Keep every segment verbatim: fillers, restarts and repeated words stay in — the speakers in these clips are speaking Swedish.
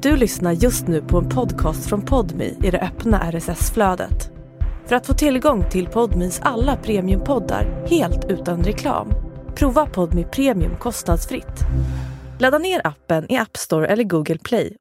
Du lyssnar just nu på en podcast från Podmi i det öppna R S S-flödet. För att få tillgång till Podmis alla premiumpoddar helt utan reklam, prova Podmi Premium kostnadsfritt. Ladda ner appen i App Store eller Google Play.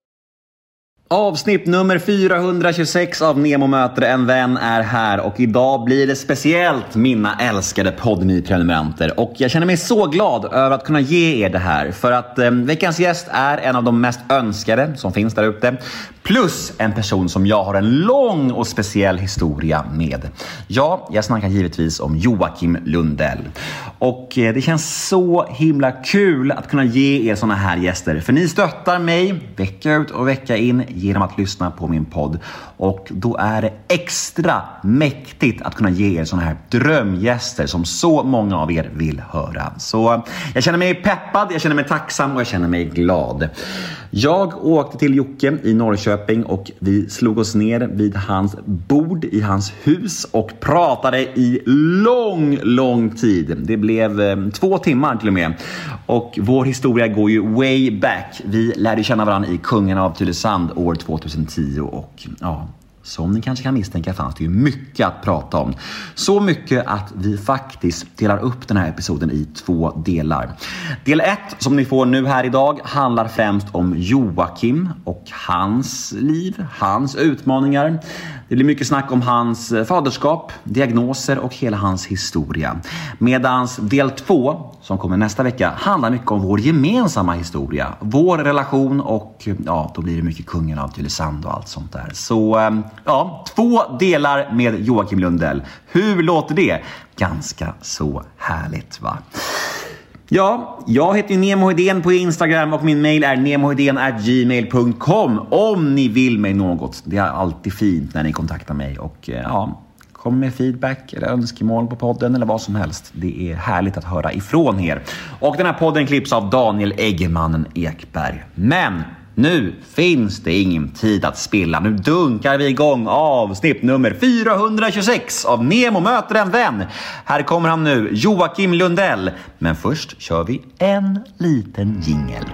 Avsnitt nummer fyrahundratjugosex av Nemo möter en vän är här och idag blir det speciellt, mina älskade Podmi-prenumeranter. Och jag känner mig så glad över att kunna ge er det här, för att eh, veckans gäst är en av de mest önskade som finns där ute. Plus en person som jag har en lång och speciell historia med. Ja, jag snackar givetvis om Joakim Lundell. Och eh, det känns så himla kul att kunna ge er såna här gäster. För ni stöttar mig vecka ut och vecka in genom att lyssna på min podd. Och då är det extra mäktigt att kunna ge er såna här drömgäster som så många av er vill höra. Så jag känner mig peppad, jag känner mig tacksam och jag känner mig glad. Jag åkte till Jocke i Norrköping och vi slog oss ner vid hans bord i hans hus och pratade i lång, lång tid. Det blev eh, två timmar till och med. Och vår historia går ju way back. Vi lärde känna varandra i Kungen av Tylösand år tjugohundratio och ja... som ni kanske kan misstänka fanns det ju mycket att prata om. Så mycket att vi faktiskt delar upp den här episoden i två delar. Del ett, som ni får nu här idag, handlar främst om Joakim och hans liv, hans utmaningar. Det blir mycket snack om hans faderskap, diagnoser och hela hans historia. Medans del två, som kommer nästa vecka, handlar mycket om vår gemensamma historia. Vår relation och ja, då blir det mycket Kungen av Tylösand och allt sånt där. Så ja, två delar med Joakim Lundell. Hur låter det? Ganska så härligt, va? Ja, jag heter Nemo Hedén på Instagram och min mail är nemohedén at gmail punkt com om ni vill mig något. Det är alltid fint när ni kontaktar mig och ja, kom med feedback eller önskemål på podden eller vad som helst. Det är härligt att höra ifrån er. Och den här podden klipps av Daniel Eggemannen Ekberg. Men nu finns det ingen tid att spilla. Nu dunkar vi igång avsnitt nummer fyrahundratjugosex av Nemo möter en vän. Här kommer han nu, Joakim Lundell. Men först kör vi en liten jingle.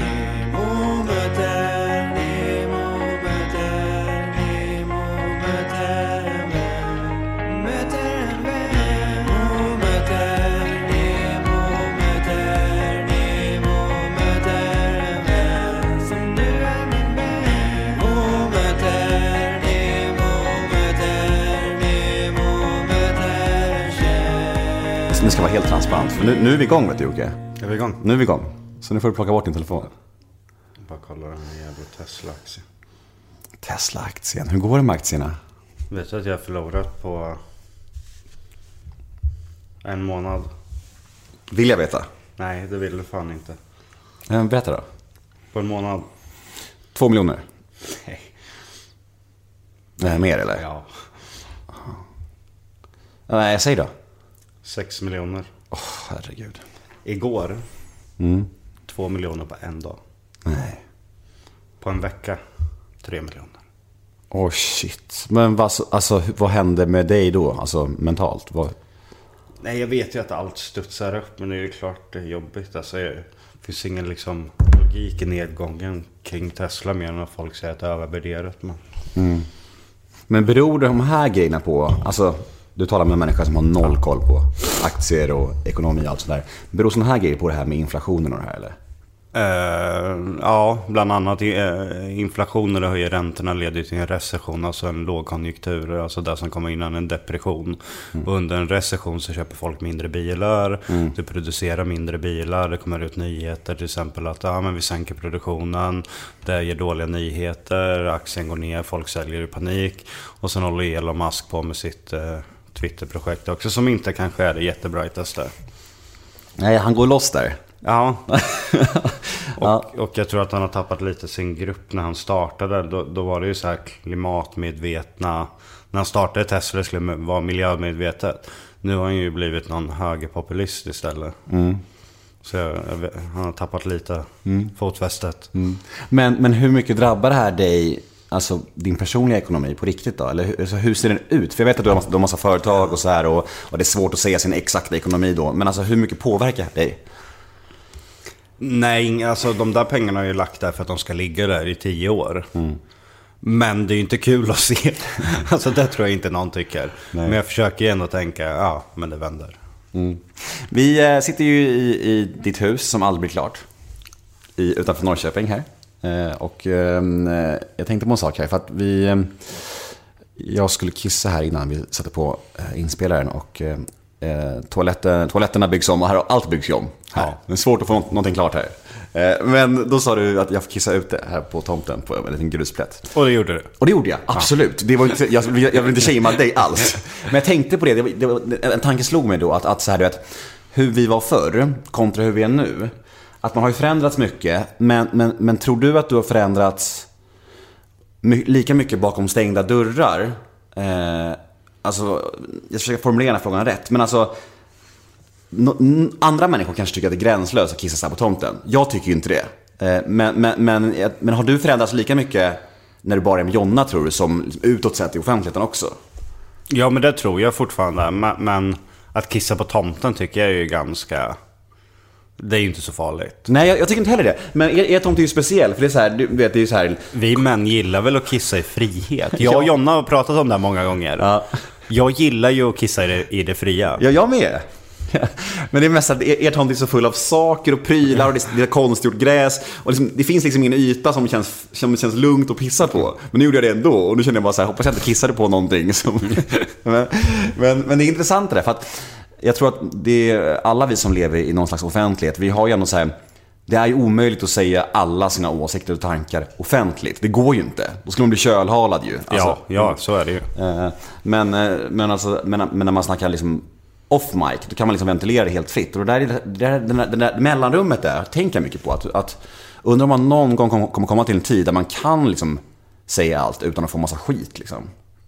Det ska vara helt transparent. För nu, nu är vi igång, vet du, Jocke. Är vi igång? Nu är vi igång. Så nu får du plocka bort din telefon. Jag bara kollar den jävla Tesla-aktien. Tesla-aktien. Hur går det med aktierna? Vet du att jag har förlorat på en månad? Vill jag veta? Nej, det vill du fan inte. Men berätta då. På en månad? Två miljoner? Nej. Nej, mer eller? Ja. Nej, jag säger då. Sex miljoner. Åh, oh, herregud. Igår. Mm. Två miljoner på en dag. Nej. På en vecka. Tre miljoner. Åh, oh, shit. Men vad, alltså, vad hände med dig då? Alltså mentalt? Vad... Nej, jag vet ju att allt studsar upp. Men det är ju klart det är jobbigt. Alltså, det finns ingen liksom logik i nedgången kring Tesla mer än att folk säger att det är övervärderat. Men... Mm. Men beror de här grejerna på... Alltså... Du talar med människor som har noll koll på aktier och ekonomi och allt sådär. Beror sådana här grejer på det här med inflationen och det här, eller? Uh, ja, bland annat uh, inflationen och höjer räntorna leder till en recession, alltså en lågkonjunktur, alltså där som kommer innan en depression. Mm. Och under en recession så köper folk mindre bilar, mm. det producerar mindre bilar, det kommer ut nyheter till exempel att ja, men vi sänker produktionen, det ger dåliga nyheter, aktien går ner, folk säljer i panik och sen håller Elon Musk på med sitt uh, Twitter-projekt också som inte kanske är det jättebrightaste. Nej, han går loss där. Ja. och, ja. och jag tror att han har tappat lite sin grupp när han startade. Då, då var det ju så här klimatmedvetna. När han startade Tesla skulle det vara miljömedvetet. Nu har han ju blivit någon högerpopulist istället. Mm. Så jag, jag, han har tappat lite mm. fotfästet. Mm. Men, men hur mycket drabbar det här dig, alltså din personliga ekonomi på riktigt då? Eller hur, alltså, hur ser den ut? För jag vet att du har massa, du har massa företag och så här och, och det är svårt att säga sin exakta ekonomi då. Men alltså hur mycket påverkar det dig? Nej, alltså de där pengarna är ju lagt där för att de ska ligga där i tio år. Mm. Men det är ju inte kul att se. Alltså det tror jag inte någon tycker. Nej. Men jag försöker ändå tänka, ja, men det vänder. Mm. Vi äh, sitter ju i, i ditt hus som aldrig blir klart. I, utanför Norrköping här. Eh, och eh, jag tänkte på en sak här. För att vi... Eh, jag skulle kissa här innan vi satte på eh, inspelaren. Och eh, toaletten, toaletterna byggs om och här har allt byggs om. Här. Ja. Det är svårt att få någonting klart här. Eh, men då sa du att jag får kissa ut det här på tomten på en liten grusplätt. Och det gjorde du? Och det gjorde jag, absolut. Ja. Det var inte, jag, jag vill inte shamea dig alls. Men jag tänkte på det, det, var, det var, en tanke slog mig då att, att så här, du vet, hur vi var förr kontra hur vi är nu. Att man har ju förändrats mycket. Men, men, men tror du att du har förändrats my, lika mycket bakom stängda dörrar? Eh, alltså, jag försöker formulera den här frågan rätt. Men alltså, no, andra människor kanske tycker att det är gränslöst att kissa sig på tomten. Jag tycker ju inte det. Eh, men, men, men, men har du förändrats lika mycket när du bara är med Jonna, tror du, som utåt sett i offentligheten också? Ja, men det tror jag fortfarande. Men, men att kissa på tomten tycker jag är ju ganska... Det är ju inte så farligt. Nej, jag, jag tycker inte heller det. Men er, er tomt är ju speciell. För det är så här, du vet, det är så här... Vi män gillar väl att kissa i frihet. Jag och Jonna har pratat om det här många gånger. Ja. Jag gillar ju att kissa i det, i det fria. Ja, jag med. Men det är mest att er, er tomt är så full av saker och prylar. Och det är, det är konstgjort gräs. Och liksom, det finns liksom ingen yta som känns, som känns lugnt att pissa på. Men nu gjorde jag det ändå. Och nu känner jag bara så här, hoppas jag inte kissade på någonting som... men, men, men det är intressant det där. För att jag tror att det är alla vi som lever i någon slags offentlighet. Vi har ju ändå så här, det är ju omöjligt att säga alla sina åsikter och tankar offentligt. Det går ju inte. Då skulle man bli kölhalad ju. Alltså, ja, ja, så är det ju. Men, men, alltså, men, men när man snackar liksom off mic, då kan man liksom ventilera det helt fritt. Och det där, det där, det där, det där mellanrummet där tänker jag mycket på. Att, att undrar om man någon gång kommer komma till en tid där man kan liksom säga allt utan att få massa skit liksom.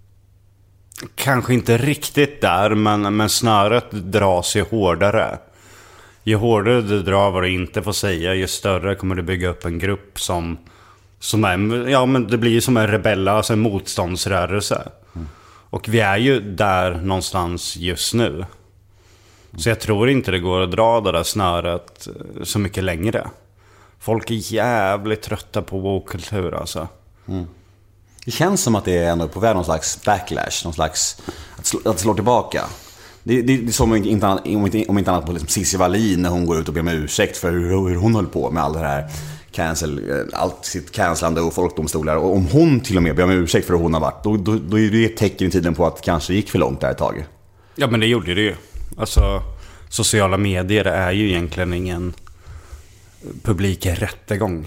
Kanske inte riktigt där, men, men snöret dras ju hårdare. Ju hårdare du drar vad du inte får säga, ju större kommer du bygga upp en grupp som, som är, ja men det blir ju som en rebell, alltså en motståndsrörelse. Mm. Och vi är ju där någonstans just nu. Mm. Så jag tror inte det går att dra det där snöret så mycket längre. Folk är jävligt trötta på woke-kultur alltså. Mm. Det känns som att det är ändå på väg någon slags backlash, någon slags att slå, att slå tillbaka. Det, det, det är som om inte, om inte, om inte annat på liksom Cissi Wallin när hon går ut och ber om ursäkt för hur, hur hon höll på med all det här cancel, allt sitt cancelande och folkdomstolar. Och om hon till och med ber om ursäkt för hur hon har varit, då, då, då är det ett tecken i tiden på att det kanske gick för långt där ett tag. Ja, men det gjorde det ju. Alltså, sociala medier är ju egentligen ingen publik rättegång.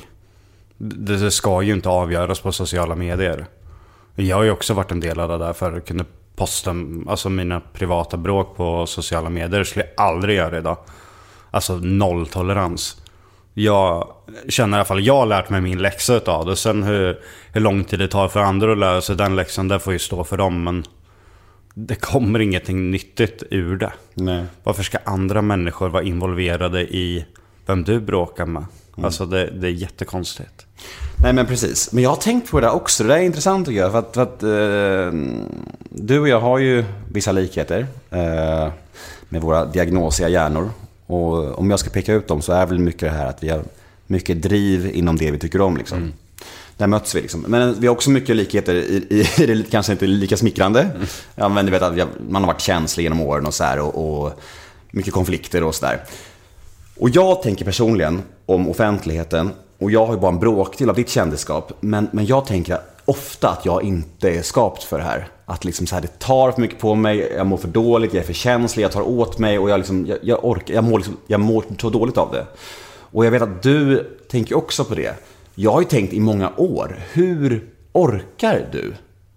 Det ska ju inte avgöras på sociala medier. Jag har ju också varit en del av det där för att kunna posta alltså mina privata bråk på sociala medier. Det skulle jag aldrig göra idag. Alltså nolltolerans. Jag känner i alla fall, jag har lärt mig min läxa av det. Sen hur, hur lång tid det tar för andra att lära sig den läxan, det får ju stå för dem. Men det kommer ingenting nyttigt ur det. Nej. Varför ska andra människor vara involverade i vem du bråkar med? Mm. Alltså det, det är jättekonstigt. Nej men precis. Men jag har tänkt på det också. Det där är intressant att göra. För att, för att eh, du och jag har ju vissa likheter eh, med våra diagnosiga hjärnor. Och om jag ska peka ut dem så är väl mycket det här att vi har mycket driv inom det vi tycker om liksom. Mm. Där möts vi liksom. Men vi har också mycket likheter i, i det kanske inte lika smickrande. Mm. Ja, men du vet att man har varit känslig genom åren och så här, och, och mycket konflikter och så där. Och jag tänker personligen om offentligheten, och jag har ju bara en bråkdel av ditt kändisskap, men, men jag tänker ofta att jag inte är skapt för det här. Att liksom så här, det tar för mycket på mig, jag mår för dåligt, jag är för känslig, jag tar åt mig och jag, liksom, jag, jag orkar, jag mår, liksom, jag mår så dåligt av det. Och jag vet att du tänker också på det. Jag har ju tänkt i många år, hur orkar du?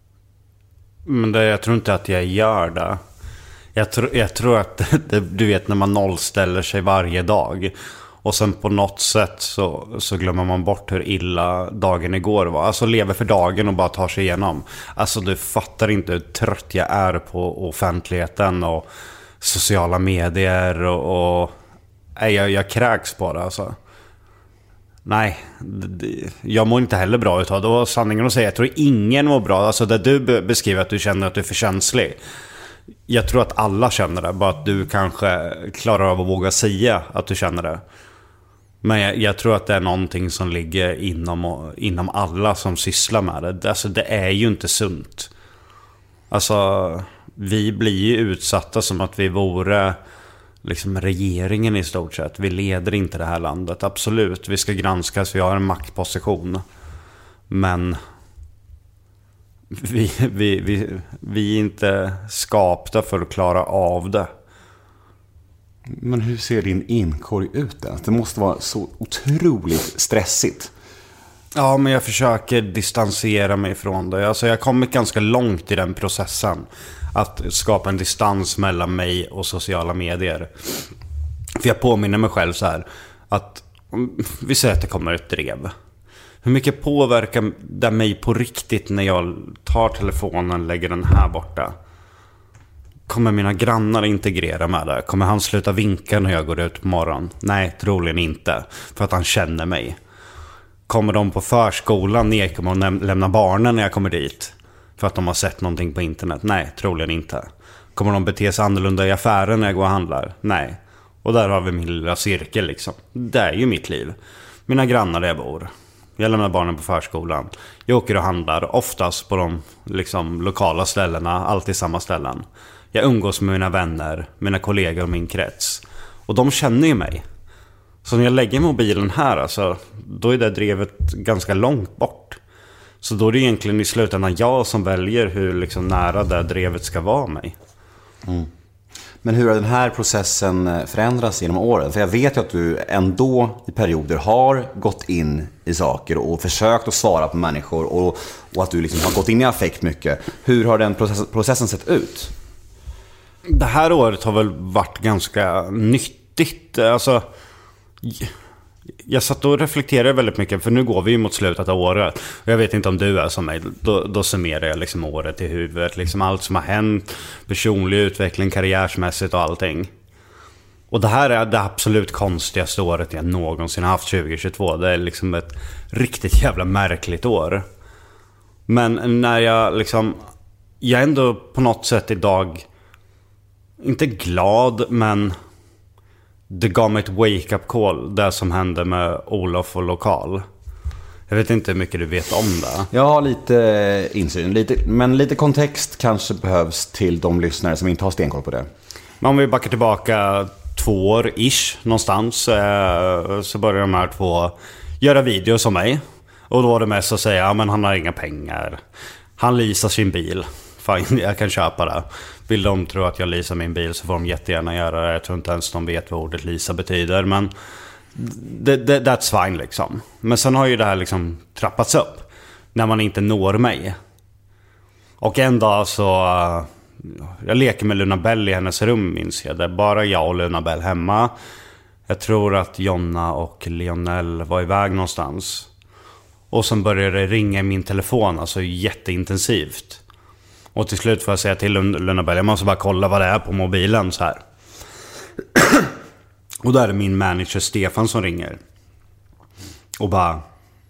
Men det, jag tror inte att jag gör det. Jag, tr- jag tror att det, du vet när man nollställer sig varje dag och sen på något sätt så, så glömmer man bort hur illa dagen igår var. Alltså lever för dagen och bara tar sig igenom. Alltså du fattar inte hur trött jag är på offentligheten och sociala medier och, och nej, jag, jag kräks på det alltså. Nej, jag mår inte heller bra utav det. Och sanningen att säga, jag tror ingen mår bra. Alltså där du beskriver att du känner att du är för känslig. Jag tror att alla känner det. Bara att du kanske klarar av att våga säga att du känner det. Men jag, jag tror att det är någonting som ligger inom, inom alla som sysslar med det. Alltså det är ju inte sunt. Alltså vi blir ju utsatta som att vi vore liksom regeringen i stort sett. Vi leder inte det här landet. Absolut, vi ska granskas, vi har en maktposition. Men vi, vi, vi, vi är inte skapta för att klara av det. Men hur ser din inkorg ut då? Det måste vara så otroligt stressigt. Ja, men jag försöker distansera mig från det. Alltså jag har kommit ganska långt i den processen. Att skapa en distans mellan mig och sociala medier. För jag påminner mig själv så här. Att vi säger att det kommer ett drev. Hur mycket påverkar det mig på riktigt när jag tar telefonen och lägger den här borta? Kommer mina grannar integrera med det? Kommer han sluta vinka när jag går ut på morgonen? Nej, troligen inte. För att han känner mig. Kommer de på förskolan neka mig att lämna barnen när jag kommer dit? För att de har sett någonting på internet? Nej, troligen inte. Kommer de bete sig annorlunda i affären när jag går och handlar? Nej. Och där har vi min lilla cirkel liksom. Det är ju mitt liv. Mina grannar där jag bor. Jag lämnar barnen på förskolan. Jag åker och handlar, oftast på de liksom, lokala ställena. Alltid samma ställen. Jag umgås med mina vänner, mina kollegor och min krets. Och de känner ju mig. Så när jag lägger mobilen här, alltså, då är det drevet ganska långt bort. Så då är det egentligen i slutändan jag som väljer hur liksom, nära det drevet ska vara mig. Mm. Men hur har den här processen förändrats genom åren? För jag vet ju att du ändå i perioder har gått in i saker och försökt att svara på människor. Och, och att du liksom har gått in i affekt mycket. Hur har den process, processen sett ut? Det här året har väl varit ganska nyttigt. Alltså, jag satt och reflekterade väldigt mycket. För nu går vi ju mot slutet av året. Och jag vet inte om du är som mig. Då, då summerar jag liksom året i huvudet. Liksom allt som har hänt. Personlig utveckling, karriärsmässigt och allting. Och det här är det absolut konstigaste året jag någonsin haft, tjugo tjugotvå. Det är liksom ett riktigt jävla märkligt år. Men när jag liksom... Jag är ändå på något sätt idag... Inte glad, men det gav mig ett wake-up call. Det som hände med Olof och Lokal. Jag vet inte hur mycket du vet om det. Jag har lite insyn, lite, men lite kontext kanske behövs till de lyssnare som inte har stenkoll på det. Men om vi backar tillbaka två år ish någonstans, så började de här två göra videos om mig. Och då var det mest att säga, ja, men han har inga pengar. Han leasar sin bil. Fine, jag kan köpa det. Vill de tro att jag leasar min bil så får de jättegärna göra det. Jag tror inte ens de vet vad ordet leasa betyder. Men det, det, that's fine liksom. Men sen har ju det här liksom trappats upp. När man inte når mig. Och en dag så... Uh, jag leker med Luna Bell i hennes rum, minns jag. Det är bara jag och Luna Bell hemma. Jag tror att Jonna och Lionel var iväg någonstans. Och sen började det ringa i min telefon. Alltså jätteintensivt. Och till slut får jag säga till Luna Bell, jag måste bara kolla vad det är på mobilen så här. Och då är det min manager Stefan som ringer. Och bara...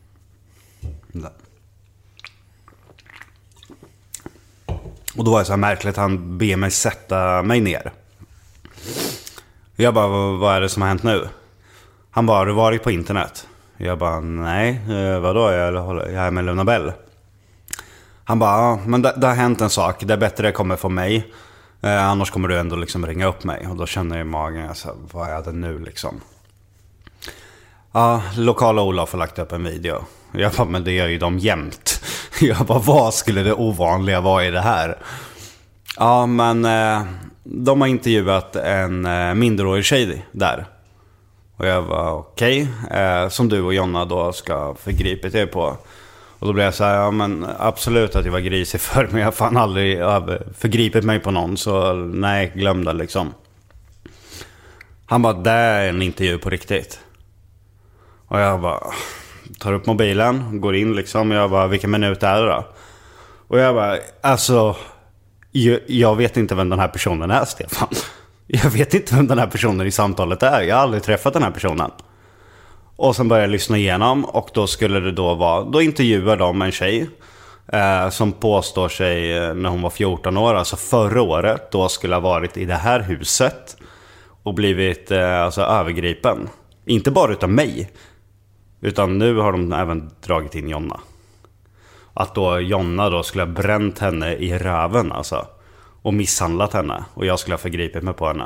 Och då var det så här märkligt, han ber mig sätta mig ner. Jag bara, vad är det som har hänt nu? Han bara, har du varit på internet? Jag bara, nej, vadå? Jag är med Luna Bell. Han bara, ja, men det, det har hänt en sak. Det är bättre det kommer från mig. Eh, annars kommer du ändå liksom ringa upp mig. Och då känner jag i magen, alltså, vad är det nu liksom? Ja, lokala Olof har lagt upp en video. Jag bara, men det gör ju de jämt. Jag bara, vad skulle det ovanliga vara i det här? Ja, men eh, de har intervjuat en eh, minderårig tjej där. Och jag var okej. Okay. Eh, som du och Jonna då ska förgripet er på. Och då blev jag så här, ja men absolut att jag var grisig för mig. Jag har fan aldrig förgripit mig på någon. Så nej, glöm det liksom. Han bara, det är en intervju på riktigt. Och jag bara, tar upp mobilen, går in liksom. Och jag bara, vilken minut är det då? Och jag bara, alltså, jag, jag vet inte vem den här personen är, Stefan. Jag vet inte vem den här personen i samtalet är. Jag har aldrig träffat den här personen. Och sen började jag lyssna igenom. Och då skulle det då vara, då intervjuar de en tjej eh, som påstår sig när hon var fjorton år, alltså förra året, då skulle ha varit i det här huset och blivit eh, alltså övergripen Inte bara utav mig, utan nu har de även dragit in Jonna. Att då Jonna då skulle ha bränt henne i röven alltså, och misshandlat henne, och jag skulle ha förgripit mig på henne.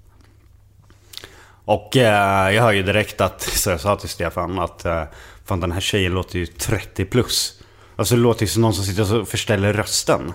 Och eh, jag hör ju direkt att, så jag sa till Stefan att eh, fan, den här tjejen låter ju trettio plus. Alltså det låter ju som någon som sitter och förställer rösten.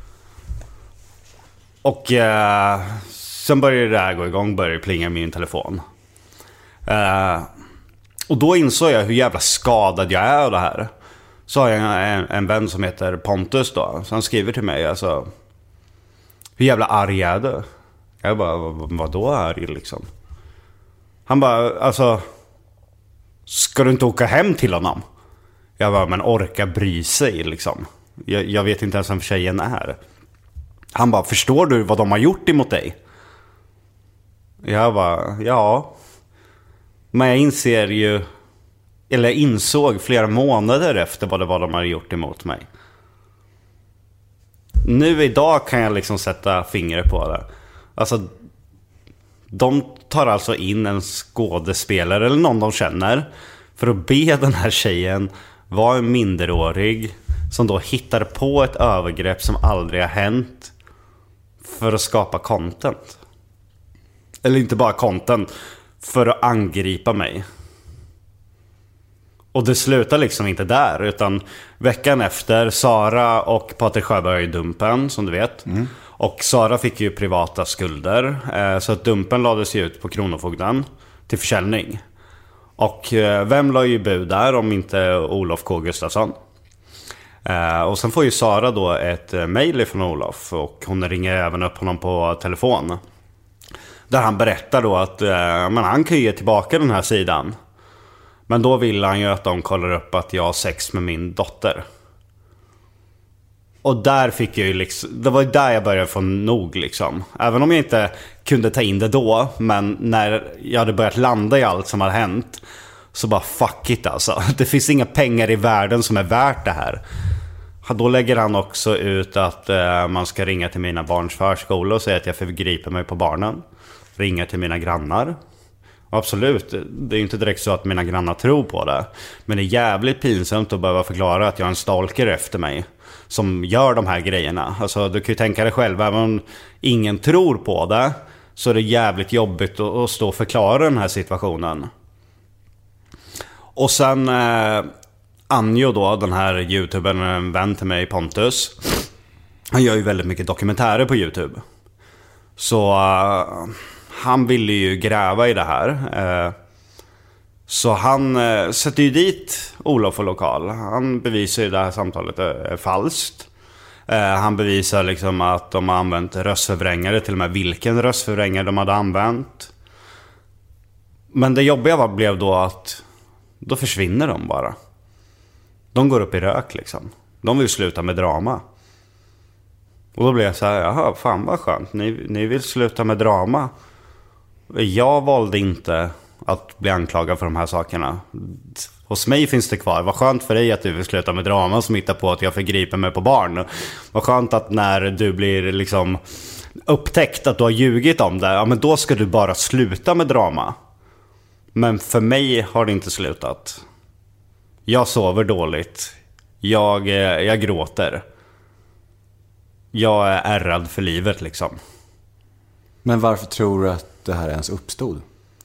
Och eh, sen började det här gå igång, började plinga min telefon. Eh, och då insåg jag hur jävla skadad jag är av det här. Så har jag en, en vän som heter Pontus då, så han skriver till mig alltså, hur jävla arg är du? Jag bara, vad då arg liksom? Han bara, alltså, ska du inte åka hem till honom? Jag bara, men orka bry sig liksom. Jag, jag vet inte ens vem tjejen är. Han bara, förstår du vad de har gjort emot dig? Jag bara, ja. Men jag inser ju, eller insåg flera månader efter vad det var de hade gjort emot mig. Nu idag kan jag liksom sätta fingret på det. Alltså, de tar alltså in en skådespelare eller någon de känner för att be den här tjejen vara en minderårig som då hittar på ett övergrepp som aldrig har hänt för att skapa content. Eller inte bara content, för att angripa mig. Och det slutar liksom inte där, utan veckan efter, Sara och Patrik Sjöberg i Dumpen, som du vet. Mm. Och Sara fick ju privata skulder, eh, så att Dumpen lades ju ut på Kronofogden till försäljning. Och eh, vem la ju bud där om inte Olof K. Gustafsson? Eh, och sen får ju Sara då ett eh, mejl från Olof, och hon ringer även upp honom på telefon. Där han berättar då att eh, men han kan ju ge tillbaka den här sidan. Men då vill han ju att de kollar upp att jag har sex med min dotter. Och där fick jag ju liksom, det var där jag började få nog liksom. Även om jag inte kunde ta in det då, men när jag hade börjat landa i allt som hade hänt, så bara fuck it alltså. Det finns inga pengar i världen som är värt det här. Då lägger han också ut att eh, man ska ringa till mina barns förskola och säga att jag förgriper mig på barnen. Ringa till mina grannar. Absolut, det är inte direkt så att mina grannar tror på det. Men det är jävligt pinsamt att behöva förklara att jag har en stalker efter mig som gör de här grejerna. Alltså du kan ju tänka dig själv, även om ingen tror på det, så är det jävligt jobbigt att stå och förklara den här situationen. Och sen eh, Anjo då, den här YouTubern, en vän till mig, Pontus. Han gör ju väldigt mycket dokumentärer på YouTube. Så uh, han ville ju gräva i det här. Uh, så han uh, sätter ju dit Olof och Lokal. Han bevisar ju det här samtalet är falskt. Uh, han bevisar liksom att de har använt röstförvrängare, till och med vilken röstförvrängare de hade använt. Men det jobbiga var, blev då att då försvinner de bara. De går upp i rök liksom. De vill sluta med drama. Och då blev jag så här, jaha, fan vad skönt. Ni, ni vill sluta med drama. Jag valde inte att bli anklagad för de här sakerna. Hos mig finns det kvar. Vad skönt för dig att du vill sluta med drama som hittar på att jag förgriper mig på barn. Vad skönt att när du blir liksom upptäckt att du har ljugit om det, ja men då ska du bara sluta med drama. Men för mig har det inte slutat. Jag sover dåligt. Jag, jag gråter. Jag är ärrad för livet liksom. Men varför tror du att det här ens uppstod?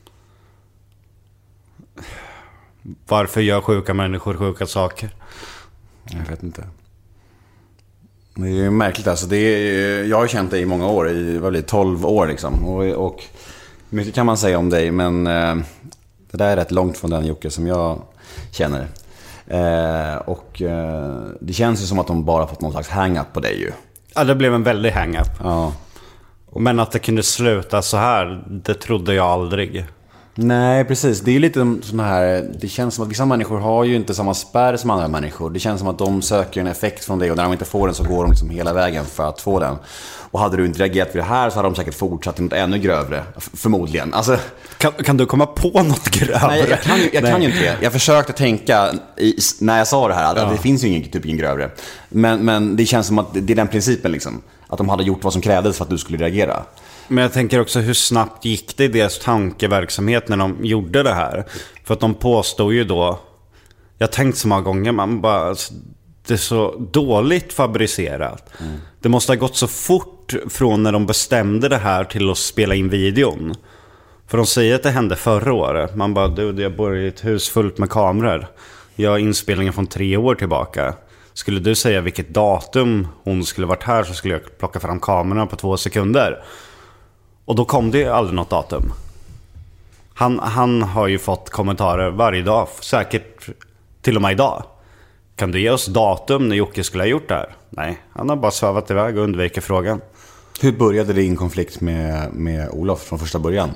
Varför gör sjuka människor sjuka saker? Jag vet inte. Det är ju märkligt alltså. Det är, jag har känt dig i många år, i vad blir det, tolv år liksom. Och, och mycket kan man säga om dig, men eh, det där är rätt långt från den Jocke som jag känner. Eh, och eh, det känns ju som att de bara fått någon slags hang-up på dig ju. Ja, det blev en väldig hang-up. Ja. Men att det kunde sluta så här, det trodde jag aldrig. Nej, precis. Det är ju lite sån här, det känns som att vissa människor har ju inte samma spärr som andra människor. Det känns som att de söker en effekt från det, och när de inte får den så går de liksom hela vägen för att få den. Och hade du inte reagerat för det här så hade de säkert fortsatt till något ännu grövre, f- förmodligen. Alltså, kan, kan du komma på något grövre? Nej, jag kan ju, jag kan ju inte det. Jag försökte tänka i, när jag sa det här, att ja. Det finns ju ingen typ ingen grövre. Men, men det känns som att det är den principen liksom, att de hade gjort vad som krävdes för att du skulle reagera. Men jag tänker också hur snabbt gick det i deras tankeverksamhet när de gjorde det här. För att de påstod ju då, jag har tänkt så många gånger, man bara, alltså, det är så dåligt fabricerat. Mm. Det måste ha gått så fort från när de bestämde det här till att spela in videon. För de säger att det hände förra året. Man bara, du, jag bor i ett hus fullt med kameror. Jag har inspelningen från tre år tillbaka. Skulle du säga vilket datum hon skulle varit här, så skulle jag plocka fram kamerorna på två sekunder. Och då kom det aldrig något datum. Han, han har ju fått kommentarer varje dag, säkert till och med idag. Kan du ge oss datum när Jocke skulle ha gjort det här? Nej, han har bara svävat iväg och undviker frågan. Hur började din konflikt med, med Olof från första början?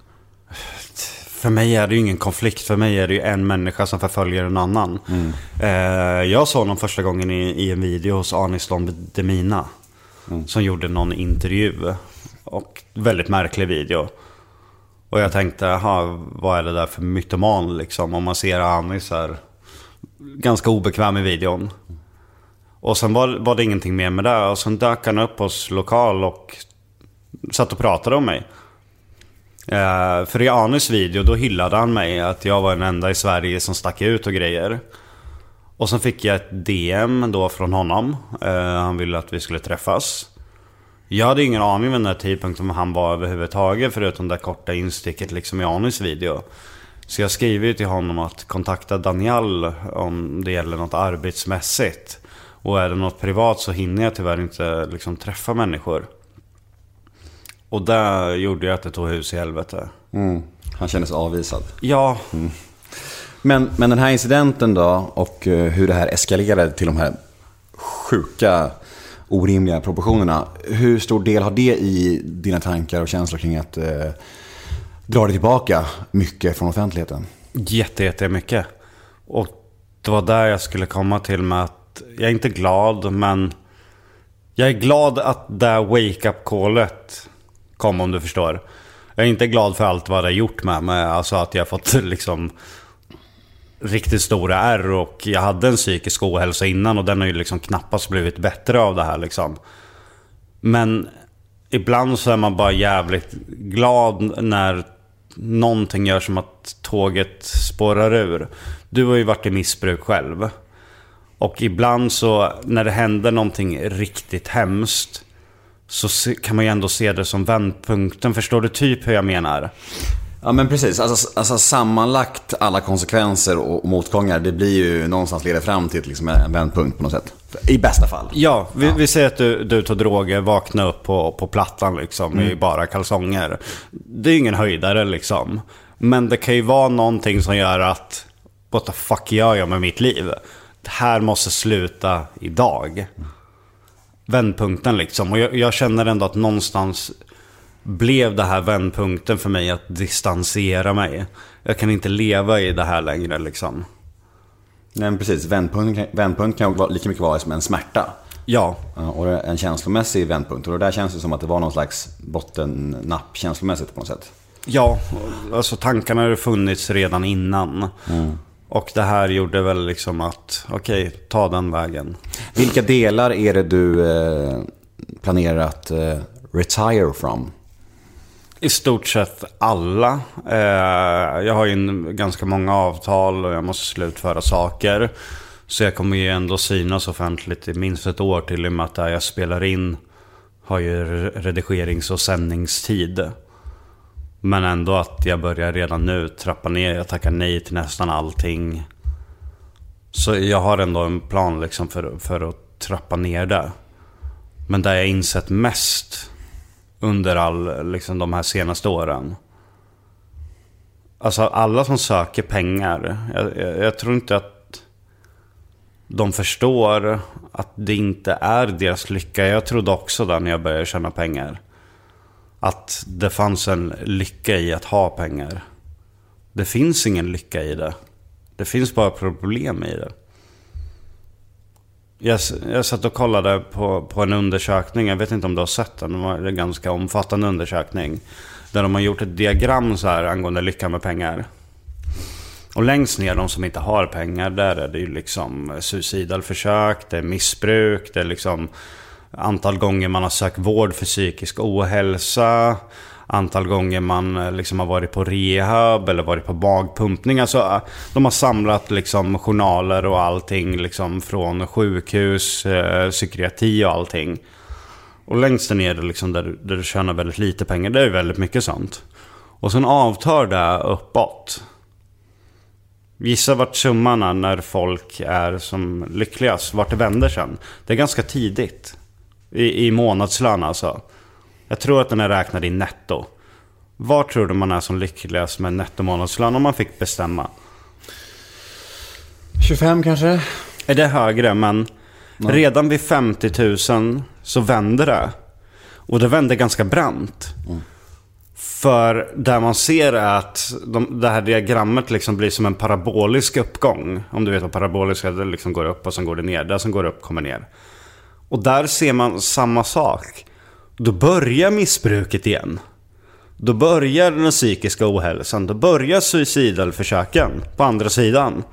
För mig är det ju ingen konflikt. För mig är det ju en människa som förföljer en annan. Mm. eh, Jag såg honom första gången i, i en video hos Aniston Demina, mm. som gjorde någon intervju. Och väldigt märklig video. Och jag tänkte, aha, vad är det där för mytoman liksom? Om man ser Anis här ganska obekväm i videon. Och sen var, var det ingenting mer med det. Och sen dök han upp hos lokal och satt och pratade om mig. Uh, för i Anis video då hyllade han mig, att jag var den enda i Sverige som stack ut och grejer. Och sen fick jag ett D M då från honom. uh, Han ville att vi skulle träffas. Jag hade ingen aning vid den här tidpunkten om han var överhuvudtaget, förutom det korta insticket liksom i Anis video. Så jag skrev ju till honom att kontakta Daniel om det gäller något arbetsmässigt. Och är det något privat så hinner jag tyvärr inte liksom träffa människor. Och där gjorde jag att det tog hus i helvete. Mm. Han kändes avvisad. Ja. Mm. Men, men den här incidenten då, och uh, hur det här eskalerade till de här sjuka, orimliga proportionerna. Hur stor del har det i dina tankar och känslor kring att uh, dra dig tillbaka mycket från offentligheten? Jätte, jätte mycket. Och det var där jag skulle komma till med att jag är inte glad, men jag är glad att det wake-up-callet kom, om du förstår. Jag är inte glad för allt vad det har gjort med mig. Alltså att jag har fått liksom riktigt stora ärr, och jag hade en psykisk ohälsa innan, och den har ju liksom knappast blivit bättre av det här liksom. Men ibland så är man bara jävligt glad när någonting gör som att tåget spårar ur. Du har ju varit i missbruk själv. Och ibland så när det händer någonting riktigt hemskt, så kan man ju ändå se det som vändpunkten. Förstår du typ hur jag menar? Ja, men precis. Alltså, alltså sammanlagt alla konsekvenser och motgångar, det blir ju någonstans leder fram till liksom en vändpunkt på något sätt. I bästa fall. Ja, vi, ja. vi säger att du, du tar droger, vaknar upp på, på plattan liksom, mm. i bara kalsonger. Det är ju ingen höjdare liksom. Men det kan ju vara någonting som gör att what the fuck gör jag med mitt liv? Det här måste sluta idag. Vändpunkten liksom. Och jag, jag känner ändå att någonstans blev det här vändpunkten för mig att distansera mig. Jag kan inte leva i det här längre liksom. Nej, men precis. Vändpunkt, vändpunkt kan ju lika mycket vara som en smärta. Ja. Och en känslomässig vändpunkt. Och där känns det som att det var någon slags bottennapp känslomässigt på något sätt. Ja, alltså tankarna hade funnits redan innan. Mm. Och det här gjorde väl liksom att okej, okay, ta den vägen. Vilka delar är det du eh, planerar att eh, retire from? I stort sett alla. Eh, jag har ju en, ganska många avtal och jag måste slutföra saker. Så jag kommer ju ändå synas offentligt i minst ett år till, och med att där jag spelar in har ju redigerings- och sändningstid. Men ändå att jag börjar redan nu trappa ner. Jag tackar nej till nästan allting. Så jag har ändå en plan liksom för, för att trappa ner det. Men där jag insett mest under all, liksom de här senaste åren. Alltså alla som söker pengar. Jag, jag, jag tror inte att de förstår att det inte är deras lycka. Jag trodde också där när jag började tjäna pengar att det fanns en lycka i att ha pengar. Det finns ingen lycka i det. Det finns bara problem i det. Jag, jag satt och kollade på, på en undersökning. Jag vet inte om du har sett den. Det var en ganska omfattande undersökning. Där de har gjort ett diagram så här angående lycka med pengar. Och längst ner, de som inte har pengar, där är det ju liksom suicidalförsök, det är missbruk, det är liksom antal gånger man har sökt vård för psykisk ohälsa, antal gånger man liksom har varit på rehab eller varit på magpumpning. Alltså, de har samlat liksom journaler och allting liksom från sjukhus, eh, psykiatri och allting. Och längst ner liksom där, där du tjänar väldigt lite pengar, det är väldigt mycket sånt. Och sen avtar det uppåt. Gissa vart summan är när folk är som lyckligast, vart det vänder sen. Det är ganska tidigt i, i månadslön alltså. Jag tror att den är räknad i netto. Var tror du man är som lyckligast med nettomånadslön om man fick bestämma? tjugofem kanske? Är det högre, men nej. Redan vid femtio tusen så vänder det. Och det vänder ganska brant. Mm. För där man ser är att de, det här diagrammet liksom blir som en parabolisk uppgång. Om du vet vad parabolisk är, det liksom går upp och sen går det ner. Det som går upp kommer ner. Och där ser man samma sak. Då börjar missbruket igen. Då börjar den psykiska ohälsan. Då börjar suicidalförsöken på andra sidan.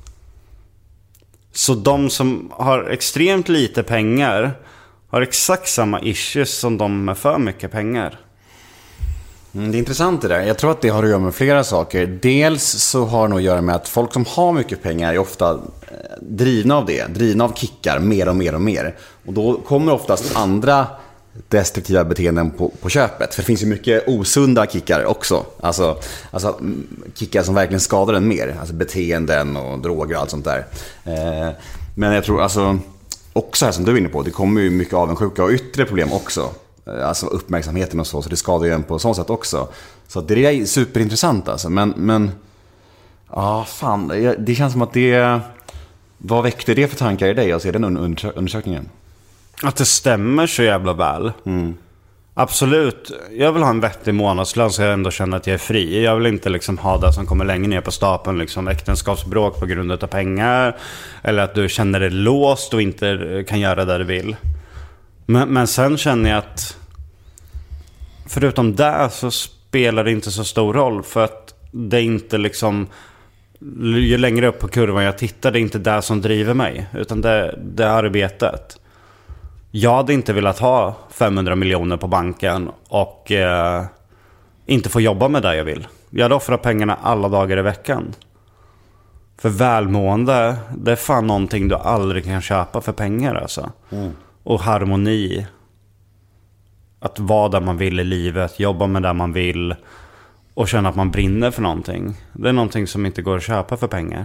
Så de som har extremt lite pengar har exakt samma issues som de med för mycket pengar. Mm, det är intressant det där. Jag tror att det har att göra med flera saker. Dels så har det nog att göra med att folk som har mycket pengar är ofta drivna av det. Drivna av kickar mer och mer och mer. Och då kommer oftast andra destruktiva beteenden på, på köpet. För det finns ju mycket osunda kickar också. Alltså, alltså kickar som verkligen skadar en mer. Alltså beteenden och droger och allt sånt där. Eh, men jag tror alltså också här som du är inne på, det kommer ju mycket avundsjuka och yttre problem också. Alltså uppmärksamheten och så, så det skadar ju en på så sätt också. Så det är superintressant alltså. Men, men ja, fan, det, det känns som att det, vad väckte det för tankar i dig? Alltså är den undersökningen? Att det stämmer så jävla väl. Mm. Absolut. Jag vill ha en vettig månadslön så jag ändå känner att jag är fri. Jag vill inte liksom ha det som kommer längre ner på stapeln, liksom äktenskapsbråk på grund av pengar. Eller att du känner dig låst och inte kan göra det du vill. Men, men sen känner jag att förutom det så spelar det inte så stor roll. För att det är inte liksom, ju längre upp på kurvan jag tittar, det är inte det som driver mig. Utan det, det är arbetet. Jag hade inte velat ha femhundra miljoner på banken och eh, inte få jobba med det jag vill. Jag hade offrat pengarna alla dagar i veckan. För välmående, det är fan någonting du aldrig kan köpa för pengar alltså. Mm. Och harmoni. Att vara där man vill i livet, jobba med det man vill och känna att man brinner för någonting. Det är någonting som inte går att köpa för pengar.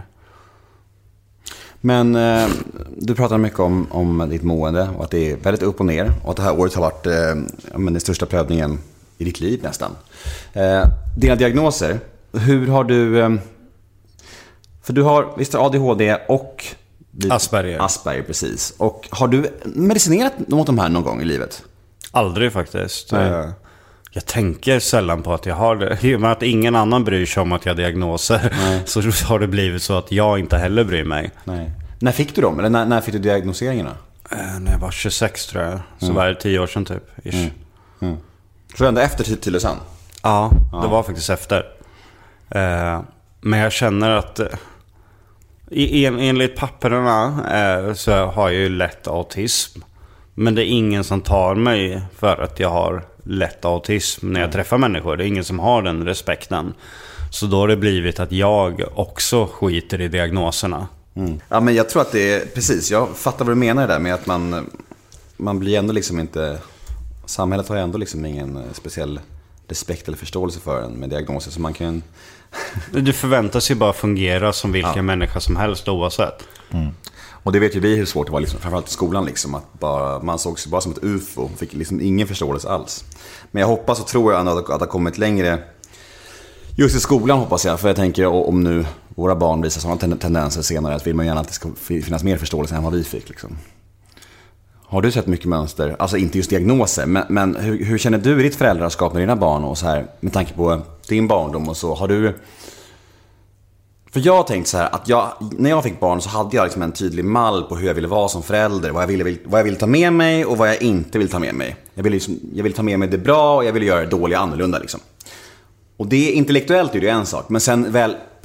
Men eh, du pratar mycket om, om ditt mående och att det är väldigt upp och ner. Och att det här året har varit eh, men den största prövningen i ditt liv nästan. Eh, dina diagnoser, hur har du... Eh, för du har visst A D H D och... Asperger. Asperger, precis. Och har du medicinerat mot de här någon gång i livet? Aldrig faktiskt. Nej. Jag tänker sällan på att jag har det. I och med att ingen annan bryr sig om att jag har diagnoser. Nej. Så har det blivit så att jag inte heller bryr mig. Nej. När fick du dem? Eller när, när fick du diagnoseringarna? Eh, när jag var tjugosex tror jag. Så mm. var det tio år sedan typ. Mm. Mm. Så ändå efter Tylösand? Ja, ja, det var faktiskt efter. Eh, men jag känner att... I, en, enligt papperna eh, så har jag ju lätt autism. Men det är ingen som tar mig för att jag har lätt autism när jag träffar människor. Det är ingen som har den respekten. Så då har det blivit att jag också skiter i diagnoserna. Mm. Ja, men jag tror att det är precis. Jag fattar vad du menar där med att man, man blir ändå liksom inte... Samhället har ju ändå liksom ingen speciell respekt eller förståelse för en med diagnoser. Så man kan... Du förväntas ju bara fungera som vilken ja. människa som helst oavsett. Mm. Och det vet ju vi hur svårt det var liksom, framförallt i skolan liksom, att bara, man såg sig bara som ett U F O, fick liksom ingen förståelse alls. Men jag hoppas och tror jag att det har kommit längre just i skolan, hoppas jag. För jag tänker om nu våra barn visar sådana tendenser senare, att vill man gärna att det ska finnas mer förståelse än vad vi fick liksom. Har du sett mycket mönster? Alltså inte just diagnoser, men, men hur, hur känner du i ditt föräldraskap med dina barn och så här, med tanke på din barndom och så? Har du... För jag har tänkt så här att jag, när jag fick barn så hade jag liksom en tydlig mall på hur jag ville vara som förälder, vad jag ville, vad jag ville ta med mig och vad jag inte vill ta med mig. Jag ville, liksom, jag ville ta med mig det bra och jag ville göra det dåliga annorlunda liksom. Och det intellektuellt är det en sak, men sen väl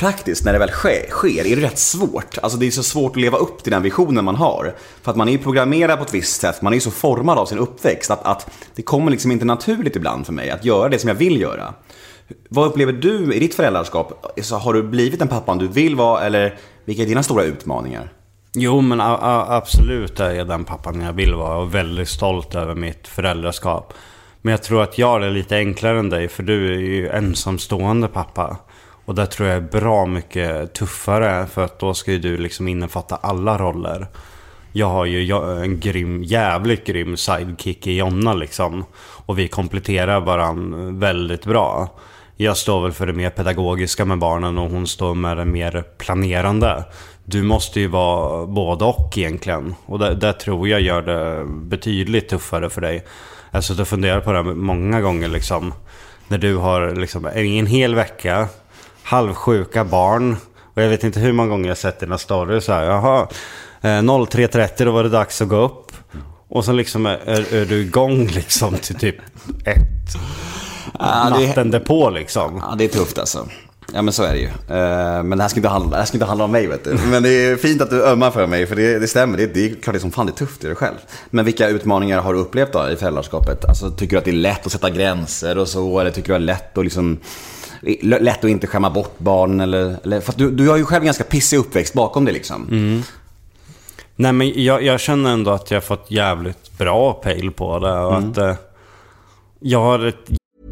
praktiskt när det väl sker, sker är det rätt svårt. Alltså det är så svårt att leva upp till den visionen man har. För att man är ju programmerad på ett visst sätt. Man är ju så formad av sin uppväxt att, att det kommer liksom inte naturligt ibland för mig att göra det som jag vill göra. Vad upplever du i ditt föräldraskap? Så har du blivit den pappan du vill vara, eller vilka är dina stora utmaningar? Jo, men a- a- absolut är jag den pappan jag vill vara och väldigt stolt över mitt föräldraskap. Men jag tror att jag är lite enklare än dig, för du är ju ensamstående pappa. Och där tror jag är bra mycket tuffare, för att då ska ju du liksom innefatta alla roller. Jag har ju en grym, jävligt grym sidekick i Jonna liksom. Och vi kompletterar varandra väldigt bra. Jag står väl för det mer pedagogiska med barnen och hon står med det mer planerande. Du måste ju vara både och egentligen. Och där, där tror jag gör det betydligt tuffare för dig. Alltså du funderar på det många gånger liksom. När du har liksom en hel vecka, halvsjuka barn. Och jag vet inte hur många gånger jag sett dina stories så här. Jaha, noll tre trettio då var det dags att gå upp. Och så liksom är, är du igång liksom till typ ett ja, natten det, därpå liksom. Ja, det är tufft alltså. Ja, men så är det ju. Uh, men det här ska inte handla, det här ska inte handla om mig, vet du. Men det är fint att du ömmar för mig, för det, det stämmer. Det, det är klart det är som fan det är tufft i dig själv. Men vilka utmaningar har du upplevt då i föräldraskapet? Alltså, tycker du att det är lätt att sätta gränser och så? Eller tycker du att det är lätt att liksom... lätt att inte skämma bort barn eller, eller för att du, du har ju själv ganska pissig uppväxt bakom dig liksom. Mm. Nej, men jag, jag känner ändå att jag har fått jävligt bra pejl på det och mm. att eh, jag har ett...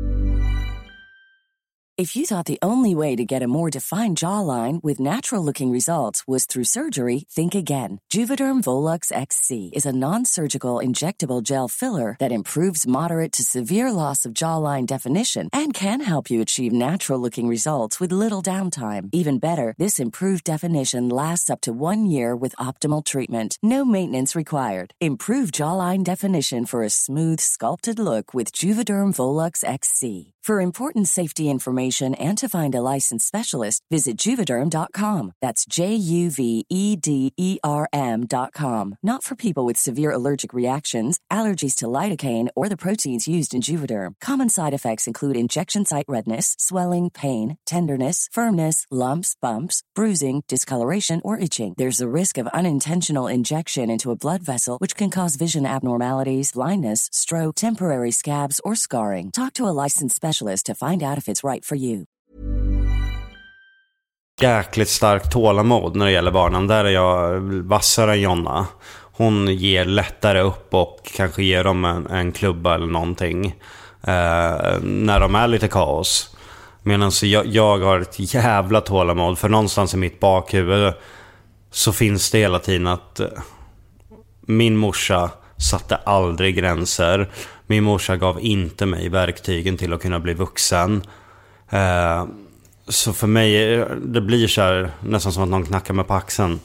If you thought the only way to get a more defined jawline with natural-looking results was through surgery, think again. Juvederm Volux X C is a non-surgical injectable gel filler that improves moderate to severe loss of jawline definition and can help you achieve natural-looking results with little downtime. Even better, this improved definition lasts up to one year with optimal treatment. No maintenance required. Improve jawline definition for a smooth, sculpted look with Juvederm Volux X C. For important safety information and to find a licensed specialist, visit Juvederm dot com. That's J U V E D E R M dot com. Not for people with severe allergic reactions, allergies to lidocaine, or the proteins used in Juvederm. Common side effects include injection site redness, swelling, pain, tenderness, firmness, lumps, bumps, bruising, discoloration, or itching. There's a risk of unintentional injection into a blood vessel, which can cause vision abnormalities, blindness, stroke, temporary scabs, or scarring. Talk to a licensed specialist to find out if it's right for you. Jäkligt starkt tålamod när det gäller barnen. Där är jag vassare än Jonna. Hon ger lättare upp och kanske ger dem en, en klubba eller någonting eh, när de är lite kaos. Medan jag, jag har ett jävla tålamod, för någonstans i mitt bakhuvud så finns det hela tiden att min morsa satte aldrig gränser. Min morsa gav inte mig verktygen till att kunna bli vuxen. Eh, så för mig, det blir så här, nästan som att någon knackar mig på axeln.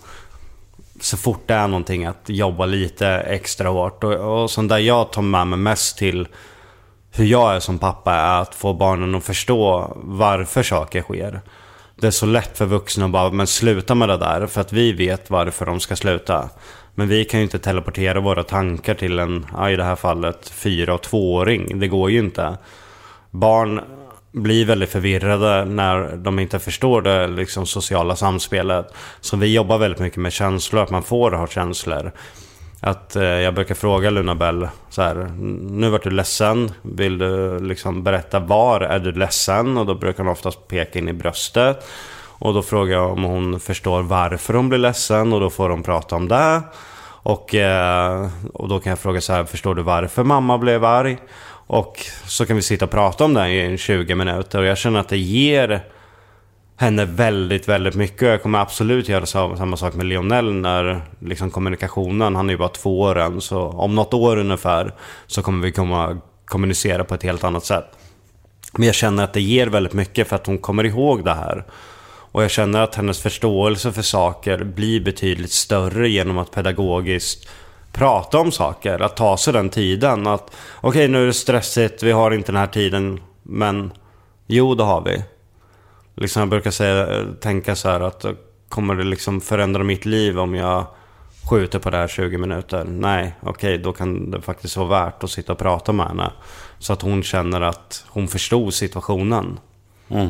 Så fort det är någonting att jobba lite extra hårt. Och, och sånt där jag tar med mig mest till hur jag är som pappa är att få barnen att förstå varför saker sker. Det är så lätt för vuxna att bara, men sluta med det där, för att vi vet varför de ska sluta. Men vi kan ju inte teleportera våra tankar till en, ja, i det här fallet, fyra- och tvååring. Det går ju inte. Barn blir väldigt förvirrade när de inte förstår det liksom sociala samspelet. Så vi jobbar väldigt mycket med känslor, att man får ha känslor. Att eh, jag brukar fråga Luna Bell så här, nu vart du ledsen, vill du liksom berätta var är du ledsen? Och då brukar hon oftast peka in i bröstet. Och då frågar jag om hon förstår varför hon blir ledsen, och då får de prata om det. Och, eh, och då kan jag fråga så här, förstår du varför mamma blev arg? Och så kan vi sitta och prata om det i tjugo minuter. Och jag känner att det ger henne väldigt, väldigt mycket. Jag kommer absolut göra samma sak med Lionel när liksom kommunikationen, han är ju bara två år än. Så om något år ungefär så kommer vi komma kommunicera på ett helt annat sätt. Men jag känner att det ger väldigt mycket för att hon kommer ihåg det här. Och jag känner att hennes förståelse för saker blir betydligt större genom att pedagogiskt prata om saker. Att ta sig den tiden. Att okej, okay, nu är det stressigt, vi har inte den här tiden. Men jo, det har vi. Liksom jag brukar säga, tänka så här att kommer det liksom förändra mitt liv om jag skjuter på det här tjugo minuter? Nej, okej, okay, då kan det faktiskt vara värt att sitta och prata med henne. Så att hon känner att hon förstod situationen. Mm.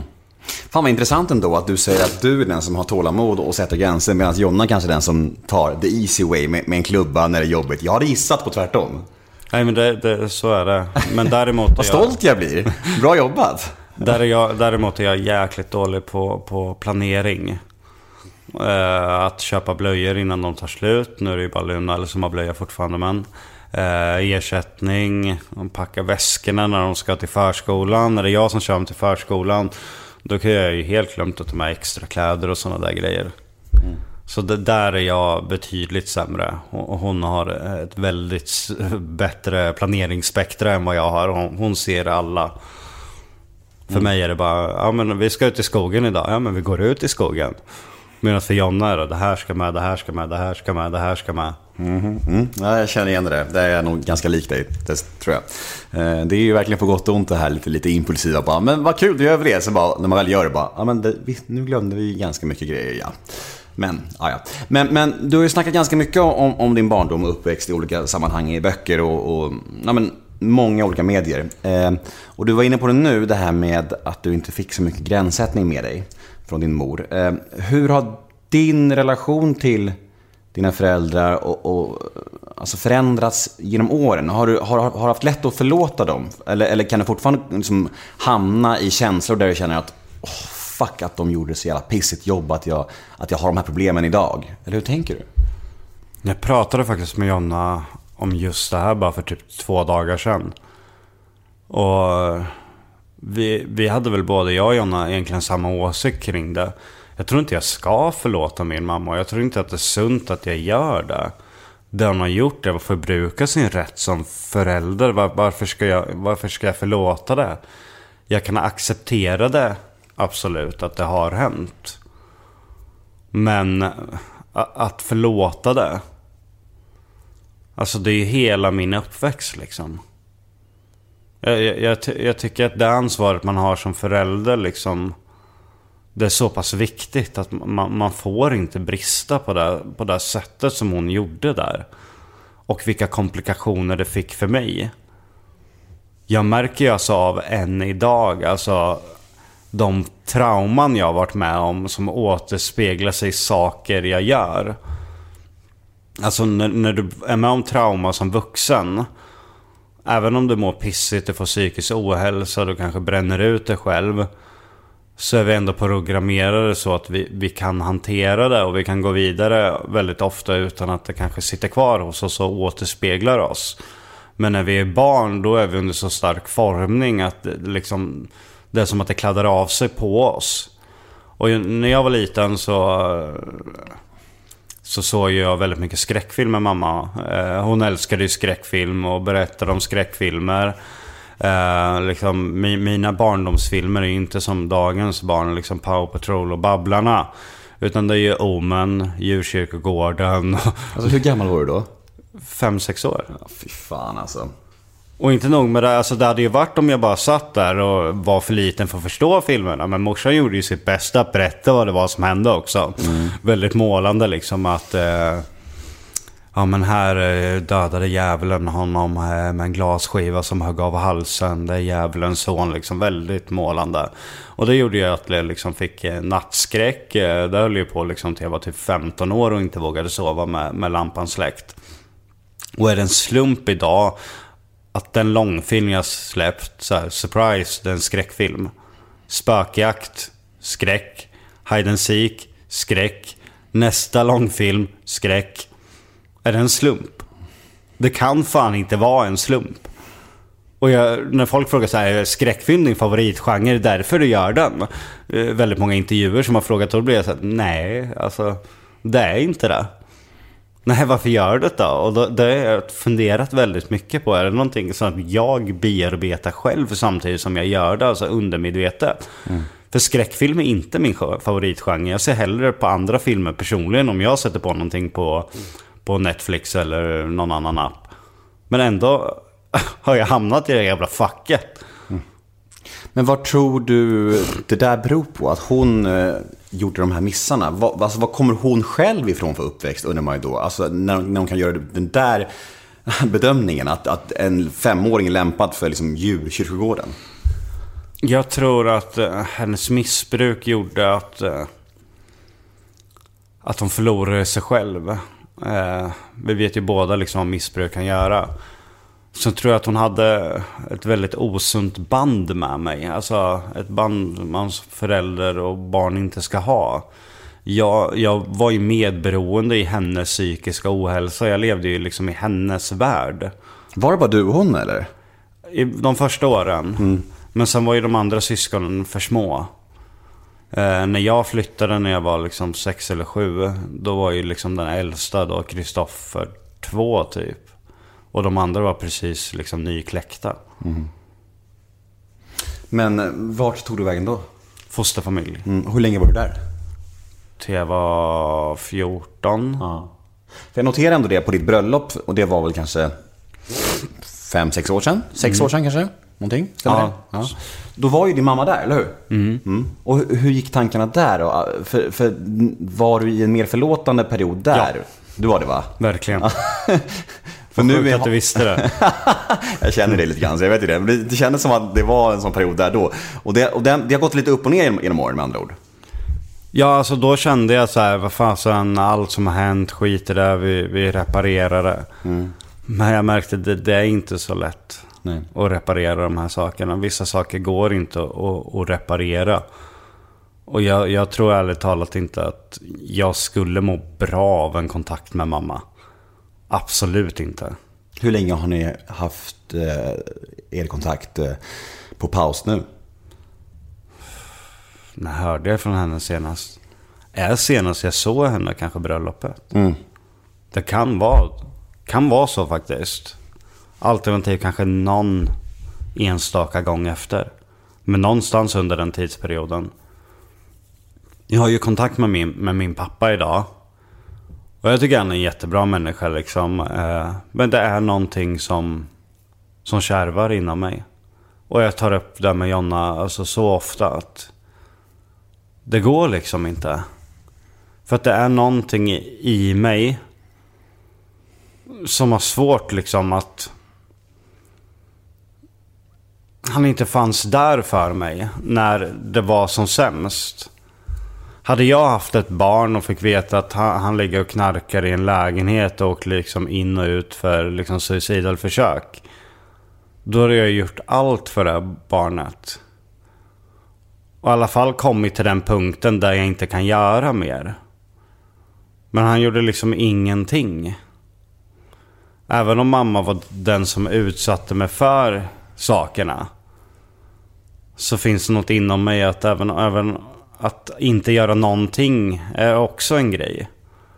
Fan vad intressant ändå att du säger att du är den som har tålamod och sätter gränser, medan Jonna kanske är den som tar the easy way med, med en klubba när det är jobbigt. Jag hade gissat på tvärtom. Nej, men det, det, så är det. Men däremot vad stolt jag blir. Bra jobbat. Där är jag, däremot är jag jäkligt dålig på, på planering. Uh, att köpa blöjor innan de tar slut. Nu är det ju bara Luna eller som har blöja fortfarande, men uh, ersättning, de packar väskorna när de ska till förskolan. När det är jag som kör dem till förskolan, då kan jag ju helt glömt att ta med extra kläder och sådana där grejer. Mm. Så det, där är jag betydligt sämre. Och hon har ett väldigt bättre planeringsspektra än vad jag har. Hon, hon ser alla. För mm. mig är det bara, ja men vi ska ut i skogen idag. Ja men vi går ut i skogen. Medan för Jonna är det, det här ska med, det här ska med, det här ska med, det här ska med. Mm, mm. Ja, jag känner igen det. Det är nog ganska likt dig, det tror jag. Det är ju verkligen på gott och ont det här lite, lite impulsiva. Bara, men vad kul, du gör det. Så bara, när man väl gör det bara, ja men det, nu glömde vi ganska mycket grejer, ja. Men, ja, ja. men, men du har ju snackat ganska mycket om, om din barndom och uppväxt i olika sammanhang, i böcker och, och ja, men, många olika medier. Eh, och du var inne på det nu, det här med att du inte fick så mycket gränssättning med dig från din mor. Eh, hur har din relation till dina föräldrar och, och, alltså förändrats genom åren? Har du, har, har du haft lätt att förlåta dem? Eller, eller kan du fortfarande liksom hamna i känslor där du känner att oh, fuck att de gjorde så jävla pissigt jobb att jag, att jag har de här problemen idag? Eller hur tänker du? Jag pratade faktiskt med Jonna om just det här bara för typ två dagar sedan. Och vi, vi hade väl både jag och Jonna egentligen samma åsikt kring det. Jag tror inte jag ska förlåta min mamma. Jag tror inte att det är sunt att jag gör det. Det hon har gjort det var att förbruka sin rätt som förälder. Var, varför, ska jag, varför ska jag förlåta det? Jag kan acceptera det, absolut, att det har hänt. Men att förlåta det, alltså det är ju hela min uppväxt liksom. Jag, jag, jag, jag tycker att det ansvaret man har som förälder liksom, det är så pass viktigt att man, man får inte brista på det, på det sättet som hon gjorde där. Och vilka komplikationer det fick för mig. Jag märker ju alltså av än idag, alltså de trauman jag har varit med om som återspeglar sig i saker jag gör. Alltså när, när du är med om trauma som vuxen, även om du mår pissigt, du får psykisk ohälsa, du kanske bränner ut dig själv, så är vi ändå programmerade så att vi, vi kan hantera det och vi kan gå vidare väldigt ofta utan att det kanske sitter kvar hos oss och återspeglar oss. Men när vi är barn, då är vi under så stark formning att det, liksom, det är som att det kladdar av sig på oss. Och när jag var liten så, så såg jag väldigt mycket skräckfilm med mamma. Hon älskade ju skräckfilm och berättade om skräckfilmer. Uh, liksom, mi- mina barndomsfilmer är inte som dagens barn, liksom Paw Patrol och Babblarna, utan det är ju Omen, Djurkyrkogården. Alltså hur gammal var du då? Fem, sex år. Ja, fy fan alltså. Och inte nog med det, alltså det hade ju varit om jag bara satt där och var för liten för att förstå filmerna. Men morsan gjorde ju sitt bästa att berätta vad det var som hände också. Mm. Väldigt målande liksom att eh, ja men här dödade djävulen honom med en glasskiva som högg av halsen. Det är djävulens son liksom, väldigt målande. Och det gjorde ju att jag liksom fick nattskräck. Det höll ju på liksom till jag var typ femton år och inte vågade sova med, med lampan släckt. Och är det en slump idag att den långfilm jag släppt, så här, surprise, det är en skräckfilm. Spökjakt, skräck. Hide and seek, skräck. Nästa långfilm, skräck. Är det en slump? Det kan fan inte vara en slump. Och jag, när folk frågar så här, är skräckfilm din favoritgenre, därför du gör den? Eh, väldigt många intervjuer som har frågat, och då blir jag så här, nej, alltså det är inte det. Nej, varför gör du det då? Och då, det har jag funderat väldigt mycket på. Är det någonting som jag bearbetar själv samtidigt som jag gör det, alltså undermedvetet? Mm. För skräckfilm är inte min favoritgenre. Jag ser hellre på andra filmer personligen om jag sätter på någonting på, på Netflix eller någon annan app. Men ändå har jag hamnat i det jävla facket. Mm. Men vad tror du det där beror på? Att hon eh, gjorde de här missarna. Vad, alltså, vad kommer hon själv ifrån för uppväxt, undrar man ju då? Alltså när, när hon kan göra den där bedömningen att, att en femåring är lämpad för liksom djurkyrkogården. Jag tror att uh, hennes missbruk gjorde att, uh, att hon förlorade sig själv. Uh, vi vet ju båda liksom vad missbruk kan göra. Så tror jag att hon hade ett väldigt osunt band med mig. Alltså ett band man förälder och barn inte ska ha. Jag, jag var ju medberoende i hennes psykiska ohälsa. Jag levde ju liksom i hennes värld. Var det bara du och hon eller? I de första åren. Mm. Men sen var ju de andra syskonen för små. Eh, när jag flyttade när jag var liksom sex eller sju, då var ju liksom den äldsta då Kristoffer två typ. Och de andra var precis liksom nykläckta. Mm. Men vart tog du vägen då? Fosterfamilj. Mm. Hur länge var du där? Till jag var fjorton. Ja. För jag noterar ändå det på ditt bröllop. Och det var väl kanske fem, sex år sedan? Sex mm. år sedan kanske? Någonting? Ja. ja. Då var ju din mamma där, eller hur? Mm. Mm. Och hur, hur gick tankarna där då? För, för var du i en mer förlåtande period där? Ja. Du var det, va? Verkligen. För nu är... att du visste det. Jag känner det lite grann, så jag vet ju det. Det, det kändes som att det var en sån period där då. Och det, och det, det har gått lite upp och ner genom, genom åren med andra ord. Ja, alltså då kände jag så här, vad fasen, allt som har hänt, skit i det, vi, vi reparerar det. Mm. Men jag märkte att det, det är inte så lätt. Nej. Att reparera de här sakerna. Vissa saker går inte att, att, att reparera. Och jag, jag tror ärligt talat inte att jag skulle må bra av en kontakt med mamma. Absolut inte. Hur länge har ni haft eh, er kontakt eh, på paus nu? När hörde jag från henne senast? Är senast jag såg henne kanske bröllopet? Mm. Det kan vara, kan vara så faktiskt. Alternativt kanske någon enstaka gång efter. Men någonstans under den tidsperioden. Jag har ju kontakt med min, med min pappa idag. Och jag tycker han är en jättebra människa liksom. Eh, men det är någonting som, som kärvar inom mig. Och jag tar upp det med Jonna alltså, så ofta att det går liksom inte. För att det är någonting i, i mig som har svårt liksom att han inte fanns där för mig när det var som sämst. Hade jag haft ett barn och fick veta att han, han ligger och knarkar i en lägenhet och liksom in och ut för liksom suicidal försök, då hade jag gjort allt för det här barnet. Och i alla fall kommit till den punkten där jag inte kan göra mer. Men han gjorde liksom ingenting. Även om mamma var den som utsatte mig för sakerna, så finns det något inom mig att även, även att inte göra någonting är också en grej.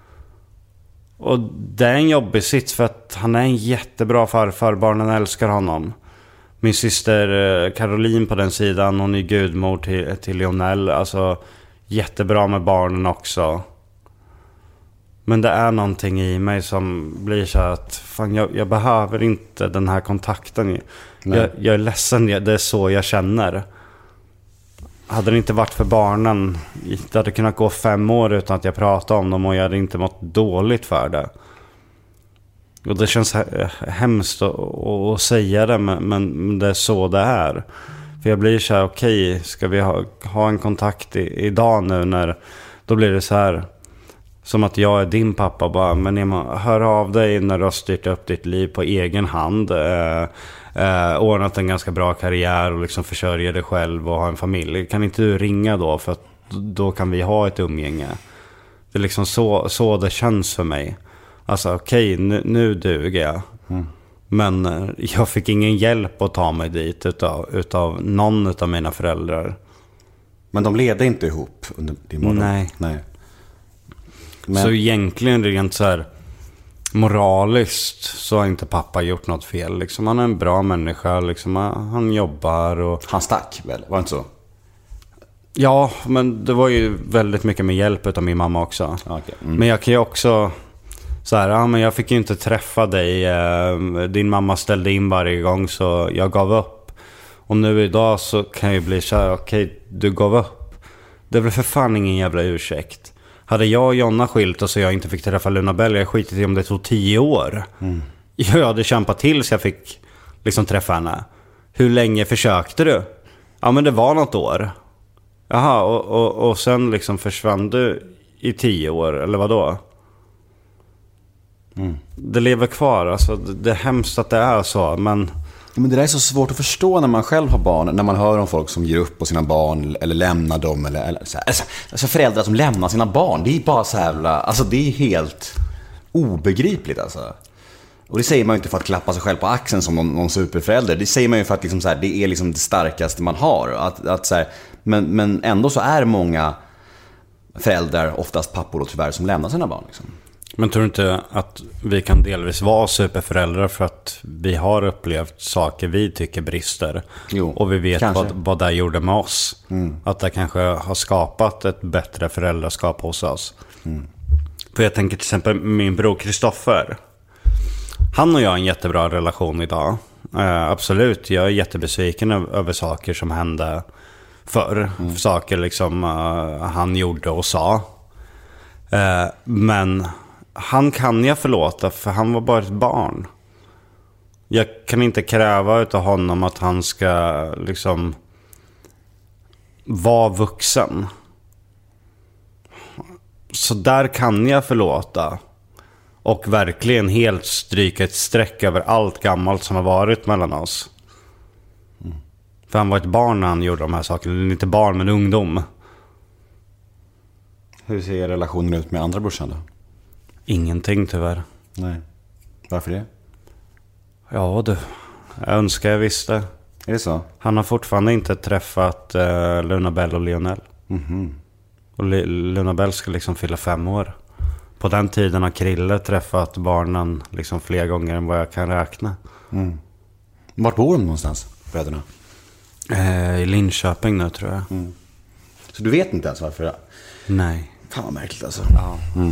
Och det är en jobbig sits för att han är en jättebra farfar. Barnen älskar honom. Min syster Caroline på den sidan, hon är gudmor till, till Lionel. Alltså jättebra med barnen också. Men det är någonting i mig som blir så att fan, jag, jag behöver inte den här kontakten. Jag, jag är ledsen, det är så jag känner. Hade det inte varit för barnen, det hade kunnat gå fem år utan att jag pratade om dem och jag hade inte mått dåligt för det. Och det känns hemskt att, att säga det, men, men det är så det är. För jag blir så här, okej, okay, ska vi ha, ha en kontakt i, idag nu när, då blir det så här, som att jag är din pappa bara, men Emma, hör av dig när du har styrt upp ditt liv på egen hand. Eh, eh, ordnat en ganska bra karriär och liksom försörjer dig själv och ha en familj. Kan inte du ringa då, för att då kan vi ha ett umgänge. Det är liksom så, så det känns för mig. Alltså okej, okay, nu, nu duger jag. Mm. Men eh, jag fick ingen hjälp att ta mig dit utav, utav någon utav mina föräldrar. Men de levde inte ihop under din morgon? Nej. Nej. Men... Så egentligen rent så här moraliskt så har inte pappa gjort något fel. Liksom, han är en bra människa. Liksom, han jobbar och... Han stack väl? Var det inte så? Ja, men det var ju väldigt mycket med hjälp av min mamma också. Okay. Mm. Men jag kan ju också... Så här, ja, men jag fick ju inte träffa dig. Din mamma ställde in varje gång så jag gav upp. Och nu idag så kan jag bli så här, okej, okay, du gav upp. Det är väl för fan ingen jävla ursäkt. Hade jag och Jonna skilt och så jag inte fick träffa Luna Bell, jag skitit i om det tog tio år. Mm. Jag hade kämpat till så jag fick liksom träffa henne. Hur länge försökte du? Ja, men det var något år. Jaha, och, och, och sen liksom försvann du i tio år, eller vad då? Mm. Det lever kvar, alltså det, det är hemskt att det är så, men... Men det där är så svårt att förstå när man själv har barn, när man hör om folk som ger upp på sina barn eller lämnar dem eller, eller så här. Alltså, alltså föräldrar som lämnar sina barn, det är bara så här, alltså det är helt obegripligt alltså. Och det säger man ju inte för att klappa sig själv på axeln som någon, någon superförälder. Det säger man ju för att liksom så här, det är liksom det starkaste man har. Att, att så här, men, men ändå så är många föräldrar, oftast pappor och tyvärr, som lämnar sina barn liksom. Men tror du inte att vi kan delvis vara superföräldrar för att vi har upplevt saker vi tycker brister? Jo, och vi vet kanske. vad, vad det gjorde med oss. Mm. Att det kanske har skapat ett bättre föräldraskap hos oss. Mm. För jag tänker till exempel min bror Kristoffer. Han och jag har en jättebra relation idag. Uh, absolut, jag är jättebesviken över, över saker som hände förr. Mm. Saker liksom uh, han gjorde och sa. Uh, men han kan jag förlåta, för han var bara ett barn. Jag kan inte kräva utav honom att han ska liksom vara vuxen. Så där kan jag förlåta. Och verkligen helt stryka ett streck över allt gammalt som har varit mellan oss. Mm. För han var ett barn när han gjorde de här sakerna. Inte barn, men ungdom. Hur ser relationen ut med andra brorsan då? Ingenting tyvärr. Nej. Varför det? Ja du, jag önskar jag visste. Är det så? Han har fortfarande inte träffat uh, Luna Bell och Lionel. Mm-hmm. Och L- Luna Bell ska liksom fylla fem år. På den tiden har Krille träffat barnen liksom fler gånger än vad jag kan räkna. Mm. Vart bor de någonstans, bröderna? Eh, I Linköping nu tror jag. Mm. Så du vet inte ens varför det? Nej. Fan vad märkligt alltså. Ja. Mm.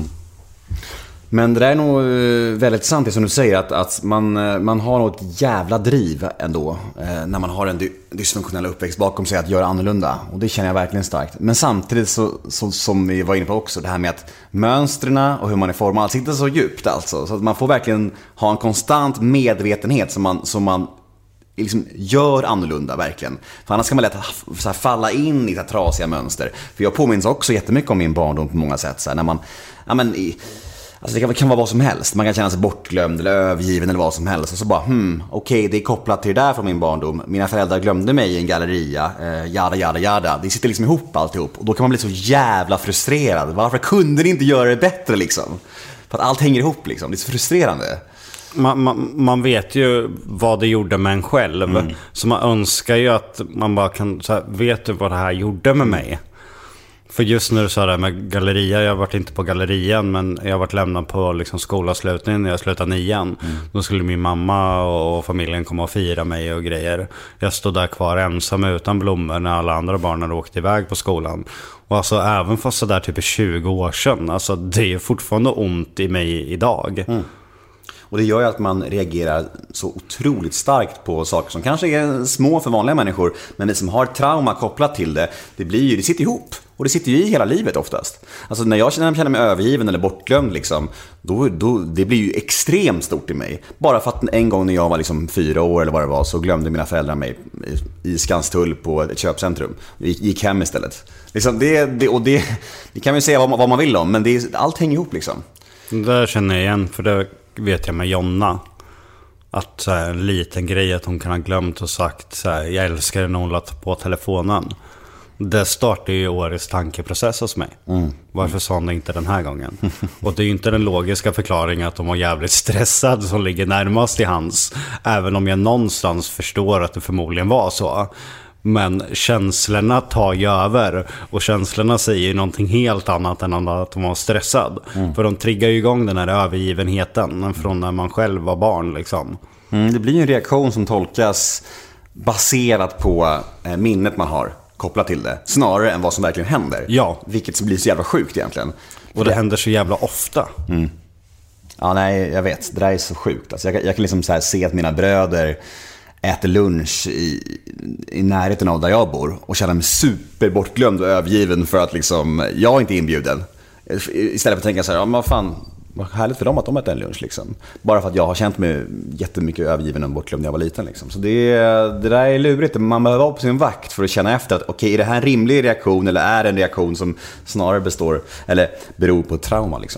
Men det där är nog väldigt sant det som du säger, att, att man, man har något jävla driv ändå eh, när man har en dysfunktionell uppväxt bakom sig att göra annorlunda. Och det känner jag verkligen starkt. Men samtidigt så, så som vi var inne på också, det här med att mönstren och hur man är formad sitter så djupt alltså. Så att man får verkligen ha en konstant medvetenhet som man, som man liksom gör annorlunda verkligen. För annars kan man lätt så här falla in i det trasiga mönster. För jag påminns också jättemycket om min barndom på många sätt. Så här, när man, ja men... I, Alltså det kan, kan vara vad som helst. Man kan känna sig bortglömd eller övergiven eller vad som helst. Och så bara, hmm, okej, okay, det är kopplat till det där från min barndom. Mina föräldrar glömde mig i en galleria. Eh, jada, jada, jada. Det sitter liksom ihop alltihop. Och då kan man bli så jävla frustrerad. Varför kunde ni inte göra det bättre liksom? För att allt hänger ihop liksom. Det är så frustrerande. Man, man, man vet ju vad det gjorde med en själv. Mm. Så man önskar ju att man bara kan, så här, vet du vad det här gjorde med mig? För just när du sa det med galleria, jag har varit inte på gallerian, men jag har varit lämnad på liksom skolavslutningen när jag slutade nian. Mm. Då skulle min mamma och familjen komma och fira mig och grejer. Jag stod där kvar ensam utan blommor när alla andra barn hade åkt iväg på skolan. Och alltså även fast så där typ tjugo år sedan, alltså det är fortfarande ont i mig idag. Mm. Och det gör ju att man reagerar så otroligt starkt på saker som kanske är små för vanliga människor, men det som har trauma kopplat till det, det blir ju, det sitter ihop. Och det sitter ju i hela livet oftast. Alltså när jag känner, känner mig övergiven eller bortglömd liksom, då, då, det blir ju extremt stort i mig. Bara för att en gång när jag var liksom fyra år eller vad det var, så glömde mina föräldrar mig i, i Skanstull på ett köpcentrum. Jag gick, gick hem istället. Liksom det, det, och det, det kan vi säga vad man, vad man vill om, men det är, allt hänger ihop liksom. Det där känner jag igen, för det vet jag med Jonna. Att så här, en liten grej att hon kan ha glömt och sagt så här, jag älskar det när hon lade på telefonen. Det startar ju årets tankeprocess hos mig. Mm. Varför sa hon inte den här gången? Och det är ju inte den logiska förklaringen att hon var jävligt stressad som ligger närmast i hans. Även om jag någonstans förstår att det förmodligen var så. Men känslorna tar ju över. Och känslorna säger ju någonting helt annat än att hon var stressad. Mm. För de triggar ju igång den här övergivenheten från när man själv var barn liksom. Mm, det blir ju en reaktion som tolkas baserat på eh, minnet man har kopplat till det, snarare än vad som verkligen händer. Ja. Vilket blir så jävla sjukt egentligen. Och det, det händer så jävla ofta. Mm. Ja, nej, jag vet. Det där är så sjukt. Alltså, jag, jag kan liksom så här se att mina bröder äter lunch i, i närheten av där jag bor och känner mig superbortglömd och övergiven för att liksom, jag är inte inbjuden. Istället för att tänka så här, ja men vad fan, vad härligt för dem att de äter en lunch liksom. Bara för att jag har känt mig jättemycket övergiven och bortglömd när jag var liten liksom. Så det, det där är lurigt. Man behöver vara på sin vakt för att känna efter att okej, okay, är det här en rimlig reaktion eller är det en reaktion som snarare består eller beror på ett trauma liksom.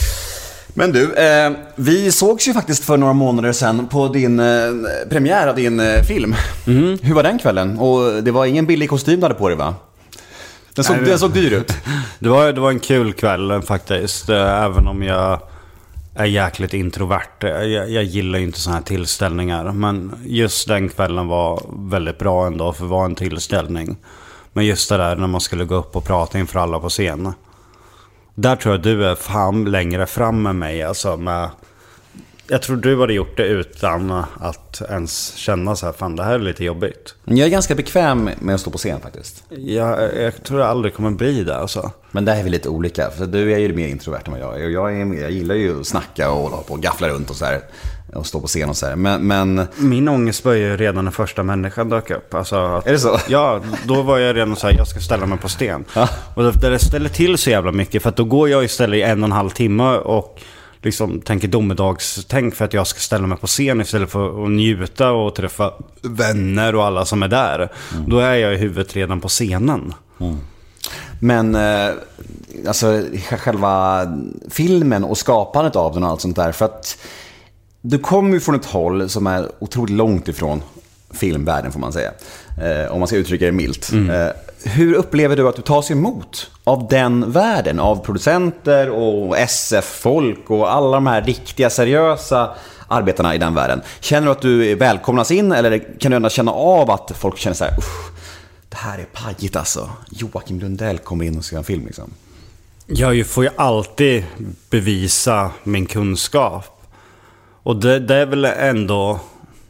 Men du, eh, vi sågs ju faktiskt för några månader sedan på din eh, premiär av din eh, film. Mm. Hur var den kvällen? Och det var ingen billig kostym du hade på dig, va? Den såg, Nej, den såg dyr ut. Det var, det var en kul kväll faktiskt. Även om jag är jäkligt introvert. Jag, jag gillar ju inte såna här tillställningar. Men just den kvällen var väldigt bra ändå, för det var en tillställning. Men just det där när man skulle gå upp och prata inför alla på scen. Där tror jag du är fan längre fram med mig. Alltså med, jag tror du hade gjort det utan att ens känna så här, fan det här är lite jobbigt. Jag är ganska bekväm med att stå på scen faktiskt. Jag, jag tror jag aldrig kommer bli det alltså. Men där är vi lite olika. För du är ju mer introvert än vad jag är. Jag, är mer, jag gillar ju att snacka och hålla på och gaffla runt och så här. Och stå på scen och så här. Men, men... Min ångest började ju redan när första människan dök upp. Alltså att, är det så? Ja, då var jag redan så här, jag ska ställa mig på sten. Ja. Och det, det ställer till så jävla mycket. För att då går jag istället i en och en halv timme och liksom tänker domedagstänk för att jag ska ställa mig på scen istället för att njuta och träffa vänner och alla som är där. Mm. Då är jag i huvudet redan på scenen. Mm. Men eh, alltså själva filmen och skapandet av den och allt sånt där, för att du kommer ju från ett håll som är otroligt långt ifrån filmvärlden, får man säga, eh, om man ska uttrycka det milt. Mm. Eh, hur upplever du att du tas emot av den världen, av producenter och S F-folk och alla de här riktiga seriösa arbetarna i den världen? Känner du att du välkomnas in, eller kan du ändå känna av att folk känner så här, det här är pajigt alltså, Joakim Lundell kommer in och ska en film liksom? Jag får ju alltid bevisa min kunskap. Och det, det är väl ändå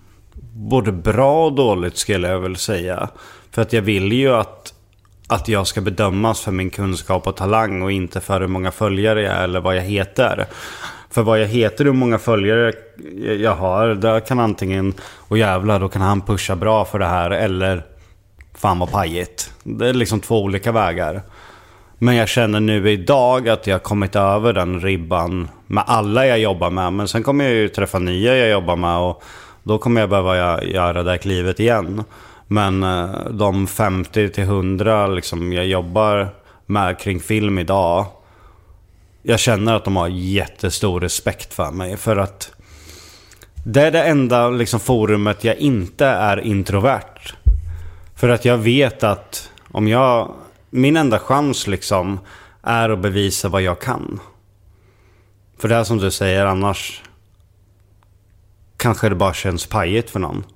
både bra och dåligt, skulle jag väl säga. För att jag vill ju att, att jag ska bedömas för min kunskap och talang och inte för hur många följare jag är eller vad jag heter. För vad jag heter och hur många följare jag har, där kan antingen, och jävlar, då kan han pusha bra för det här, eller fan vad pajigt. Det är liksom två olika vägar. Men jag känner nu idag att jag har kommit över den ribban med alla jag jobbar med. Men sen kommer jag ju träffa nya jag jobbar med, och då kommer jag behöva göra det här klivet igen. Men de femtio till hundra liksom jag jobbar med kring film idag, jag känner att de har jättestor respekt för mig. För att det är det enda liksom forumet jag inte är introvert. För att jag vet att om jag... Min enda chans liksom är att bevisa vad jag kan. För det här som du säger, annars kanske det bara känns pajigt för någon.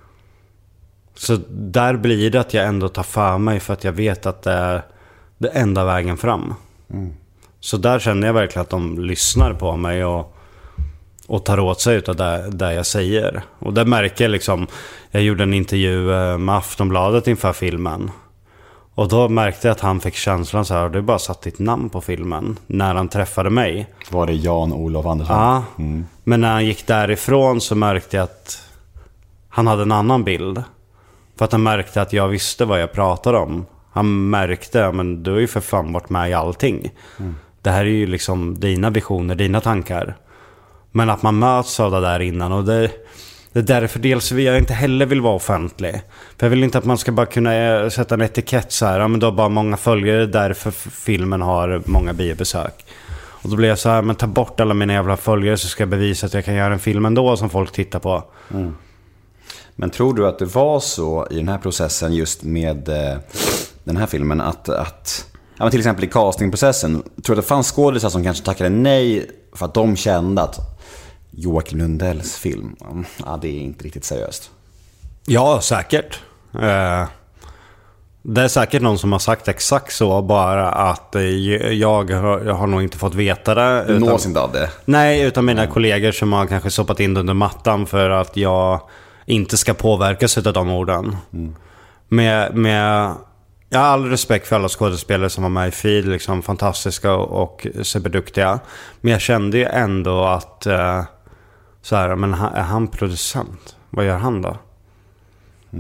Så där blir det att jag ändå tar för mig, för att jag vet att det är det enda vägen fram. Mm. Så där känner jag verkligen att de lyssnar på mig och, och tar åt sig av det, det jag säger. Och där märker jag liksom, jag gjorde en intervju med Aftonbladet inför filmen. Och då märkte jag att han fick känslan så här, du bara satt ditt namn på filmen när han träffade mig. Var det Jan-Olof Andersson? Ja, mm. Men när han gick därifrån så märkte jag att han hade en annan bild. För att han märkte att jag visste vad jag pratade om. Han märkte, men du är ju för fan varit med i allting. Mm. Det här är ju liksom dina visioner, dina tankar. Men att man möts av det där innan, och det... Det är därför dels jag inte heller vill vara offentlig. För jag vill inte att man ska bara kunna sätta en etikett så här. Ja, men då har bara många följare, därför filmen har många biobesök. Och då blir jag så här, men ta bort alla mina jävla följare så ska jag bevisa att jag kan göra en film ändå som folk tittar på. Mm. Men tror du att det var så i den här processen just med eh, den här filmen att, att ja, men till exempel i castingprocessen, tror du att det fanns skådespelare som kanske tackade nej för att de kände att Joakim Lundells film, ja, det är inte riktigt seriöst? Ja, säkert. Eh, det är säkert någon som har sagt exakt så, bara att eh, jag, har, jag har nog inte fått veta det. Du nås inte av det? Nej, utan mina mm. kollegor som har kanske soppat in under mattan för att jag inte ska påverkas av de orden. Mm. Med, med jag har all respekt för alla skådespelare som var med i Feed, liksom fantastiska och, och superduktiga. Men jag kände ju ändå att eh, så här, men är han producent? Vad gör han då? Mm.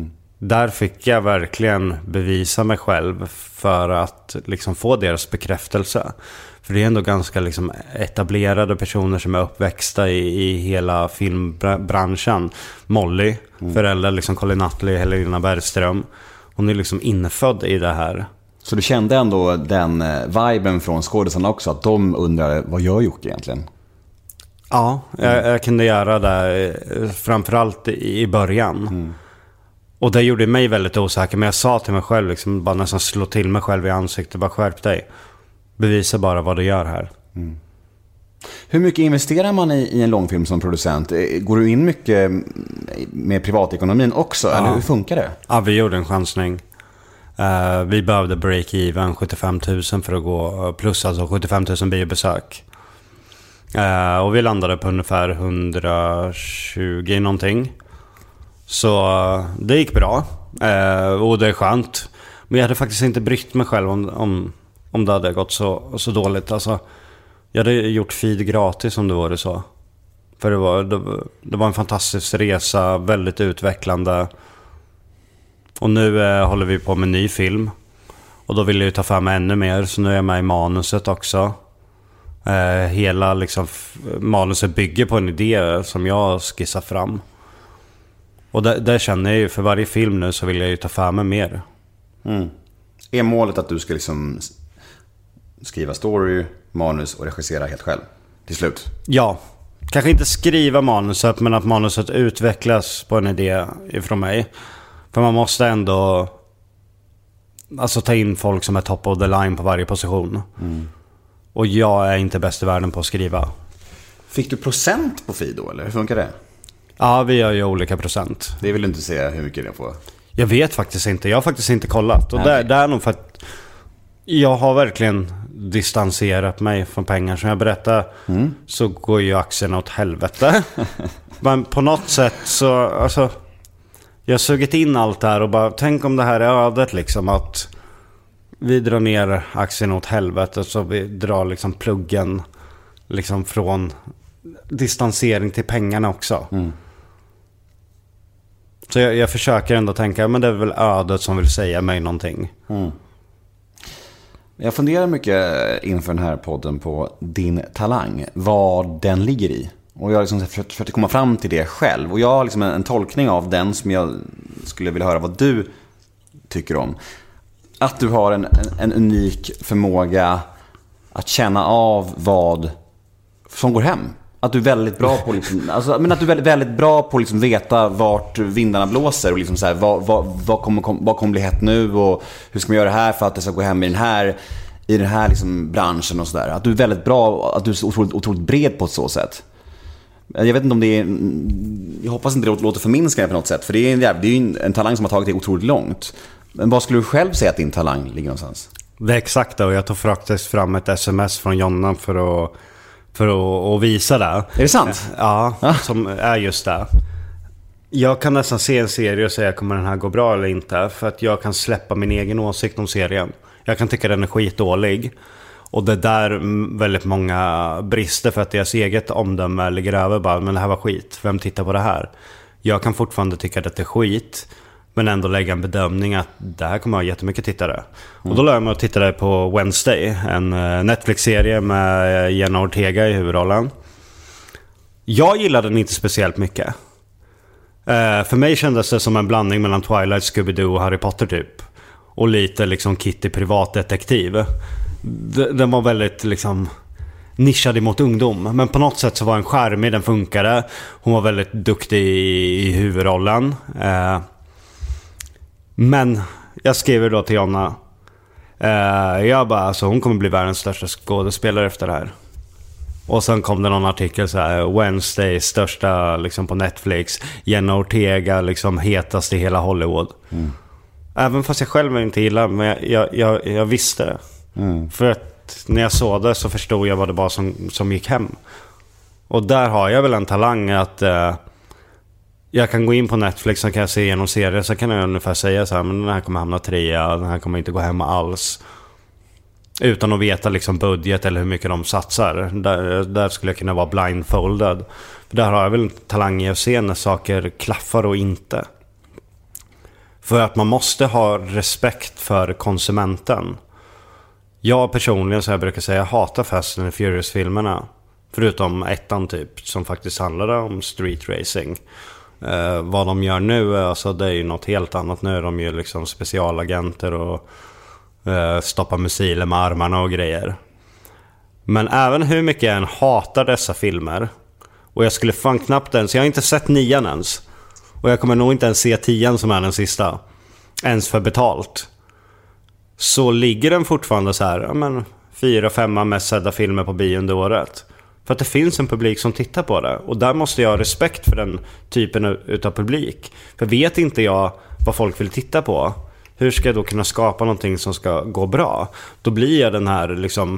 där fick jag verkligen bevisa mig själv för att liksom få deras bekräftelse. För det är ändå ganska liksom etablerade personer som är uppväxta i, i hela filmbranschen. Molly, mm. föräldrar liksom Colin Nutley, Helena Bergström. Hon är liksom infödd i det här. Så du kände ändå den viben från skådespelarna också, att de undrar, vad gör Jocke egentligen? Ja, jag, jag kunde göra det framförallt i början. Mm. Och det gjorde mig väldigt osäker. Men jag sa till mig själv, liksom, bara nästan slå till mig själv i ansiktet, bara skärp dig. Bevisa bara vad du gör här. Mm. Hur mycket investerar man i, i en långfilm som producent? Går du in mycket med privatekonomin också? Ja. Eller hur funkar det? Ja, vi gjorde en chansning. Uh, vi behövde break-even sjuttiofem tusen för att gå plus, alltså sjuttiofem tusen biobesök. Uh, och vi landade på ungefär hundratjugo någonting. Så uh, det gick bra. Uh, och det är skönt. Men jag hade faktiskt inte brytt mig själv om, om, om det hade gått så, så dåligt. Alltså, jag hade gjort feed gratis om det var det så. För det var, det, det var en fantastisk resa, väldigt utvecklande. Och nu uh, håller vi på med en ny film. Och då vill jag ju ta fram ännu mer. Så nu är jag med i manuset också. Uh, hela liksom, manuset bygger på en idé som jag skissar fram. Och där, där känner jag ju, för varje film nu så vill jag ju ta fram mig mer. Mm. Är målet att du ska liksom skriva story, manus och regissera helt själv till slut? Ja, kanske inte skriva manuset, men att manuset utvecklas på en idé ifrån mig. För man måste ändå alltså ta in folk som är top of the line på varje position. Mm. Och jag är inte bäst i världen på att skriva. Fick du procent på Fido, eller hur funkar det? Ja, vi gör ju olika procent. Det vill du inte säga hur mycket det får? Jag vet faktiskt inte. Jag har faktiskt inte kollat. Och det, det är nog för att jag har verkligen distanserat mig från pengar. Som jag berättade mm. så går ju aktierna åt helvete. Men på något sätt så... Alltså, jag har sugit in allt det här och bara... Tänk om det här är ödet liksom, att vi drar ner aktierna åt helvete. Så vi drar liksom pluggen liksom från distansering till pengarna också. Mm. Så jag, jag försöker ändå tänka, men det är väl ödet som vill säga mig någonting. Mm. Jag funderar mycket inför den här podden på din talang, vad den ligger i. Och jag har liksom försökt, försökt komma fram till det själv. Och jag har liksom en, en tolkning av den som jag skulle vilja höra vad du tycker om. Att du har en, en, en unik förmåga att känna av vad som går hem. Att du är väldigt bra på liksom, alltså, men att du är väldigt, väldigt bra på liksom veta vart vindarna blåser och liksom så här, vad, vad, vad, kommer, vad kommer bli hett nu och hur ska man göra det här för att det ska gå hem i den här i den här liksom branschen och sådär. Att du är väldigt bra, att du är så otroligt, otroligt bred på ett så sätt. Jag vet inte om det är, jag hoppas inte det låter förminskande på något sätt, för det är en, det är en, en talang som har tagit dig otroligt långt. Men vad skulle du själv säga att din talang ligger någonstans? Det är exakt det, och jag tog faktiskt fram ett sms från Jonna för att För att, att visa det. Är det sant? Ja, ah. Som är just det. Jag kan nästan se en serie och säga, kommer den här gå bra eller inte? För att jag kan släppa min egen åsikt om serien. Jag kan tycka den är skitdålig. Och det där väldigt många brister för att deras eget omdöme ligger över. Bara, men det här var skit, vem tittar på det här? Jag kan fortfarande tycka att det är skit, men ändå lägga en bedömning att det här kommer att ha jättemycket tittare. Mm. Och då lär jag mig att titta på Wednesday, en Netflix-serie med Jenna Ortega i huvudrollen. Jag gillade den inte speciellt mycket. Uh, för mig kändes det som en blandning mellan Twilight, Scooby-Doo och Harry Potter typ. Och lite liksom Kitty privatdetektiv. D- den var väldigt liksom nischad emot ungdom, men på något sätt så var den charmig, den funkade. Hon var väldigt duktig i, i huvudrollen. Uh, Men jag skriver då till Jonna, eh, jag bara, alltså, hon kommer bli världens största skådespelare efter det här. Och sen kom det någon artikel så här, Wednesday, största liksom på Netflix, Jenna Ortega liksom hetast i hela Hollywood. Mm. Även fast jag själv inte gillar, men jag, jag, jag, jag visste det. Mm. För att när jag såg det så förstod jag vad det var som, som gick hem. Och där har jag väl en talang att eh, jag kan gå in på Netflix och kan jag se igenom serier, så kan jag ungefär säga så här, men den här kommer hamna trea, den här kommer inte gå hem alls. Utan att veta liksom budget eller hur mycket de satsar. Där, där skulle jag kunna vara blindfolded. För där har jag väl talang i att se när saker klaffar och inte. För att man måste ha respekt för konsumenten. Jag personligen, så jag brukar säga, hatar Fast and Furious-filmerna. Förutom ettan typ, som faktiskt handlade om street racing. Eh, vad de gör nu, alltså det är ju något helt annat. Nu är de ju liksom specialagenter och eh, stoppar missiler med armarna och grejer. Men även hur mycket jag än hatar dessa filmer, och jag skulle fan knappt ens, jag har inte sett nian ens, och jag kommer nog inte ens se tian som är den sista, ens för betalt, så ligger den fortfarande så här, ja men, fyra, femma mest sedda filmer på bio under året. För att det finns en publik som tittar på det. Och där måste jag ha respekt för den typen utav publik. För vet inte jag vad folk vill titta på, hur ska jag då kunna skapa någonting som ska gå bra? Då blir jag den här liksom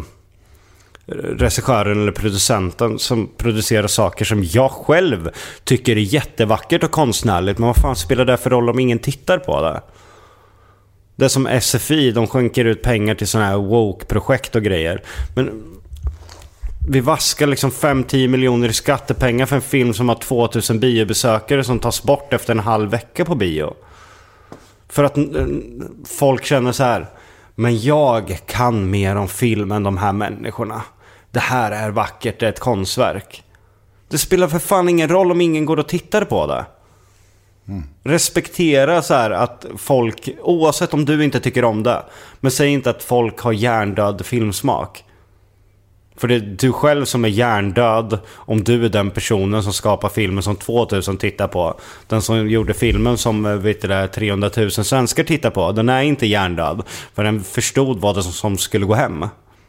regissören eller producenten som producerar saker som jag själv tycker är jättevackert och konstnärligt. Men vad fan spelar det för roll om ingen tittar på det? Det är som S F I, de skänker ut pengar till sådana här woke-projekt och grejer. Men vi vaskar liksom fem till tio miljoner i skattepengar för en film som har tvåtusen biobesökare som tas bort efter en halv vecka på bio. För att folk känner så här, men jag kan mer om film än de här människorna. Det här är vackert, det är ett konstverk. Det spelar för fan ingen roll om ingen går och tittar på det. Mm. Respektera så här att folk, oavsett om du inte tycker om det, men säg inte att folk har hjärndöd filmsmak. För det är du själv som är hjärndöd om du är den personen som skapar filmen som tvåtusen tittar på. Den som gjorde filmen som vet du, trehundratusen svenskar tittar på, den är inte hjärndöd. För den förstod vad det som, som skulle gå hem.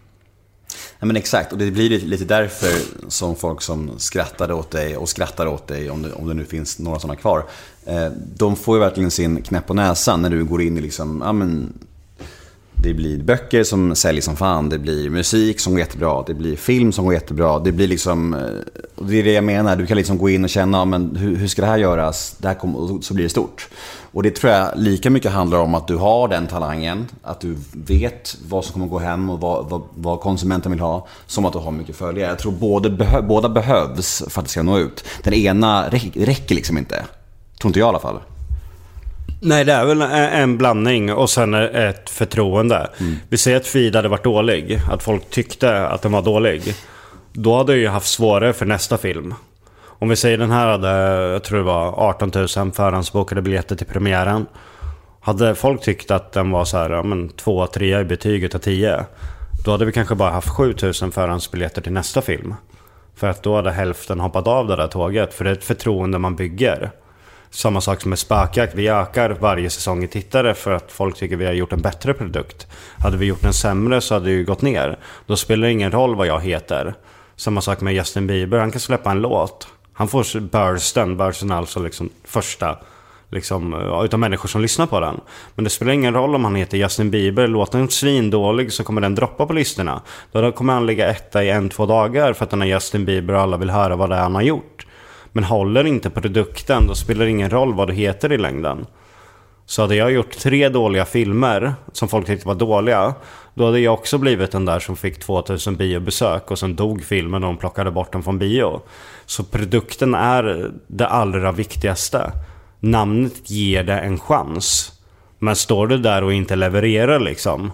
Ja, men exakt, och det blir lite därför som folk som skrattade åt dig och skrattar åt dig, om det, om det nu finns några sådana kvar, eh, de får ju verkligen sin knäpp på näsan när du går in i liksom, ja men det blir böcker som säljer som fan, det blir musik som går jättebra, det blir film som går jättebra, det blir liksom, och det är det jag menar, du kan liksom gå in och känna, men hur, hur ska det här göras, det här kommer, och så blir det stort. Och det tror jag lika mycket handlar om att du har den talangen, att du vet vad som kommer gå hem och vad, vad, vad konsumenten vill ha, som att du har mycket följare. Jag tror både behö, båda behövs för att det ska nå ut. Den ena räcker liksom inte, tror inte jag i alla fall. Nej, det är väl en blandning och sen ett förtroende. Mm. Vi säger att Feed hade varit dålig, att folk tyckte att den var dålig. Då hade jag ju haft svårare för nästa film. Om vi säger den här hade, jag tror det var arton tusen förhandsbokade biljetter till premiären. Hade folk tyckt att den var så här, ja, men två, tre i betyg utav tio, då hade vi kanske bara haft sju tusen förhandsbiljetter till nästa film. För att då hade hälften hoppat av det där tåget. För det är ett förtroende man bygger. Samma sak som med Spökjakt. Vi ökar varje säsong i tittare för att folk tycker vi har gjort en bättre produkt. Hade vi gjort en sämre så hade det ju gått ner. Då spelar det ingen roll vad jag heter. Samma sak med Justin Bieber. Han kan släppa en låt. Han får bursten. Bursten alltså liksom första liksom, utav människor som lyssnar på den. Men det spelar ingen roll om han heter Justin Bieber. Låten är svindålig så kommer den droppa på listorna. Då kommer han ligga etta i en, två dagar för att den är Justin Bieber och alla vill höra vad det är han har gjort. Men håller inte produkten, då spelar det ingen roll vad det heter i längden. Så hade jag gjort tre dåliga filmer som folk tyckte var dåliga, då hade jag också blivit den där som fick tvåtusen biobesök och sen dog filmen och de plockade bort den från bio. Så produkten är det allra viktigaste. Namnet ger det en chans. Men står du där och inte levererar liksom,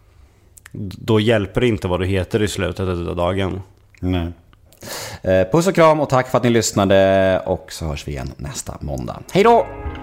då hjälper det inte vad du heter i slutet av dagen. Nej. Puss och kram och tack för att ni lyssnade, och så hörs vi igen nästa måndag. Hej då!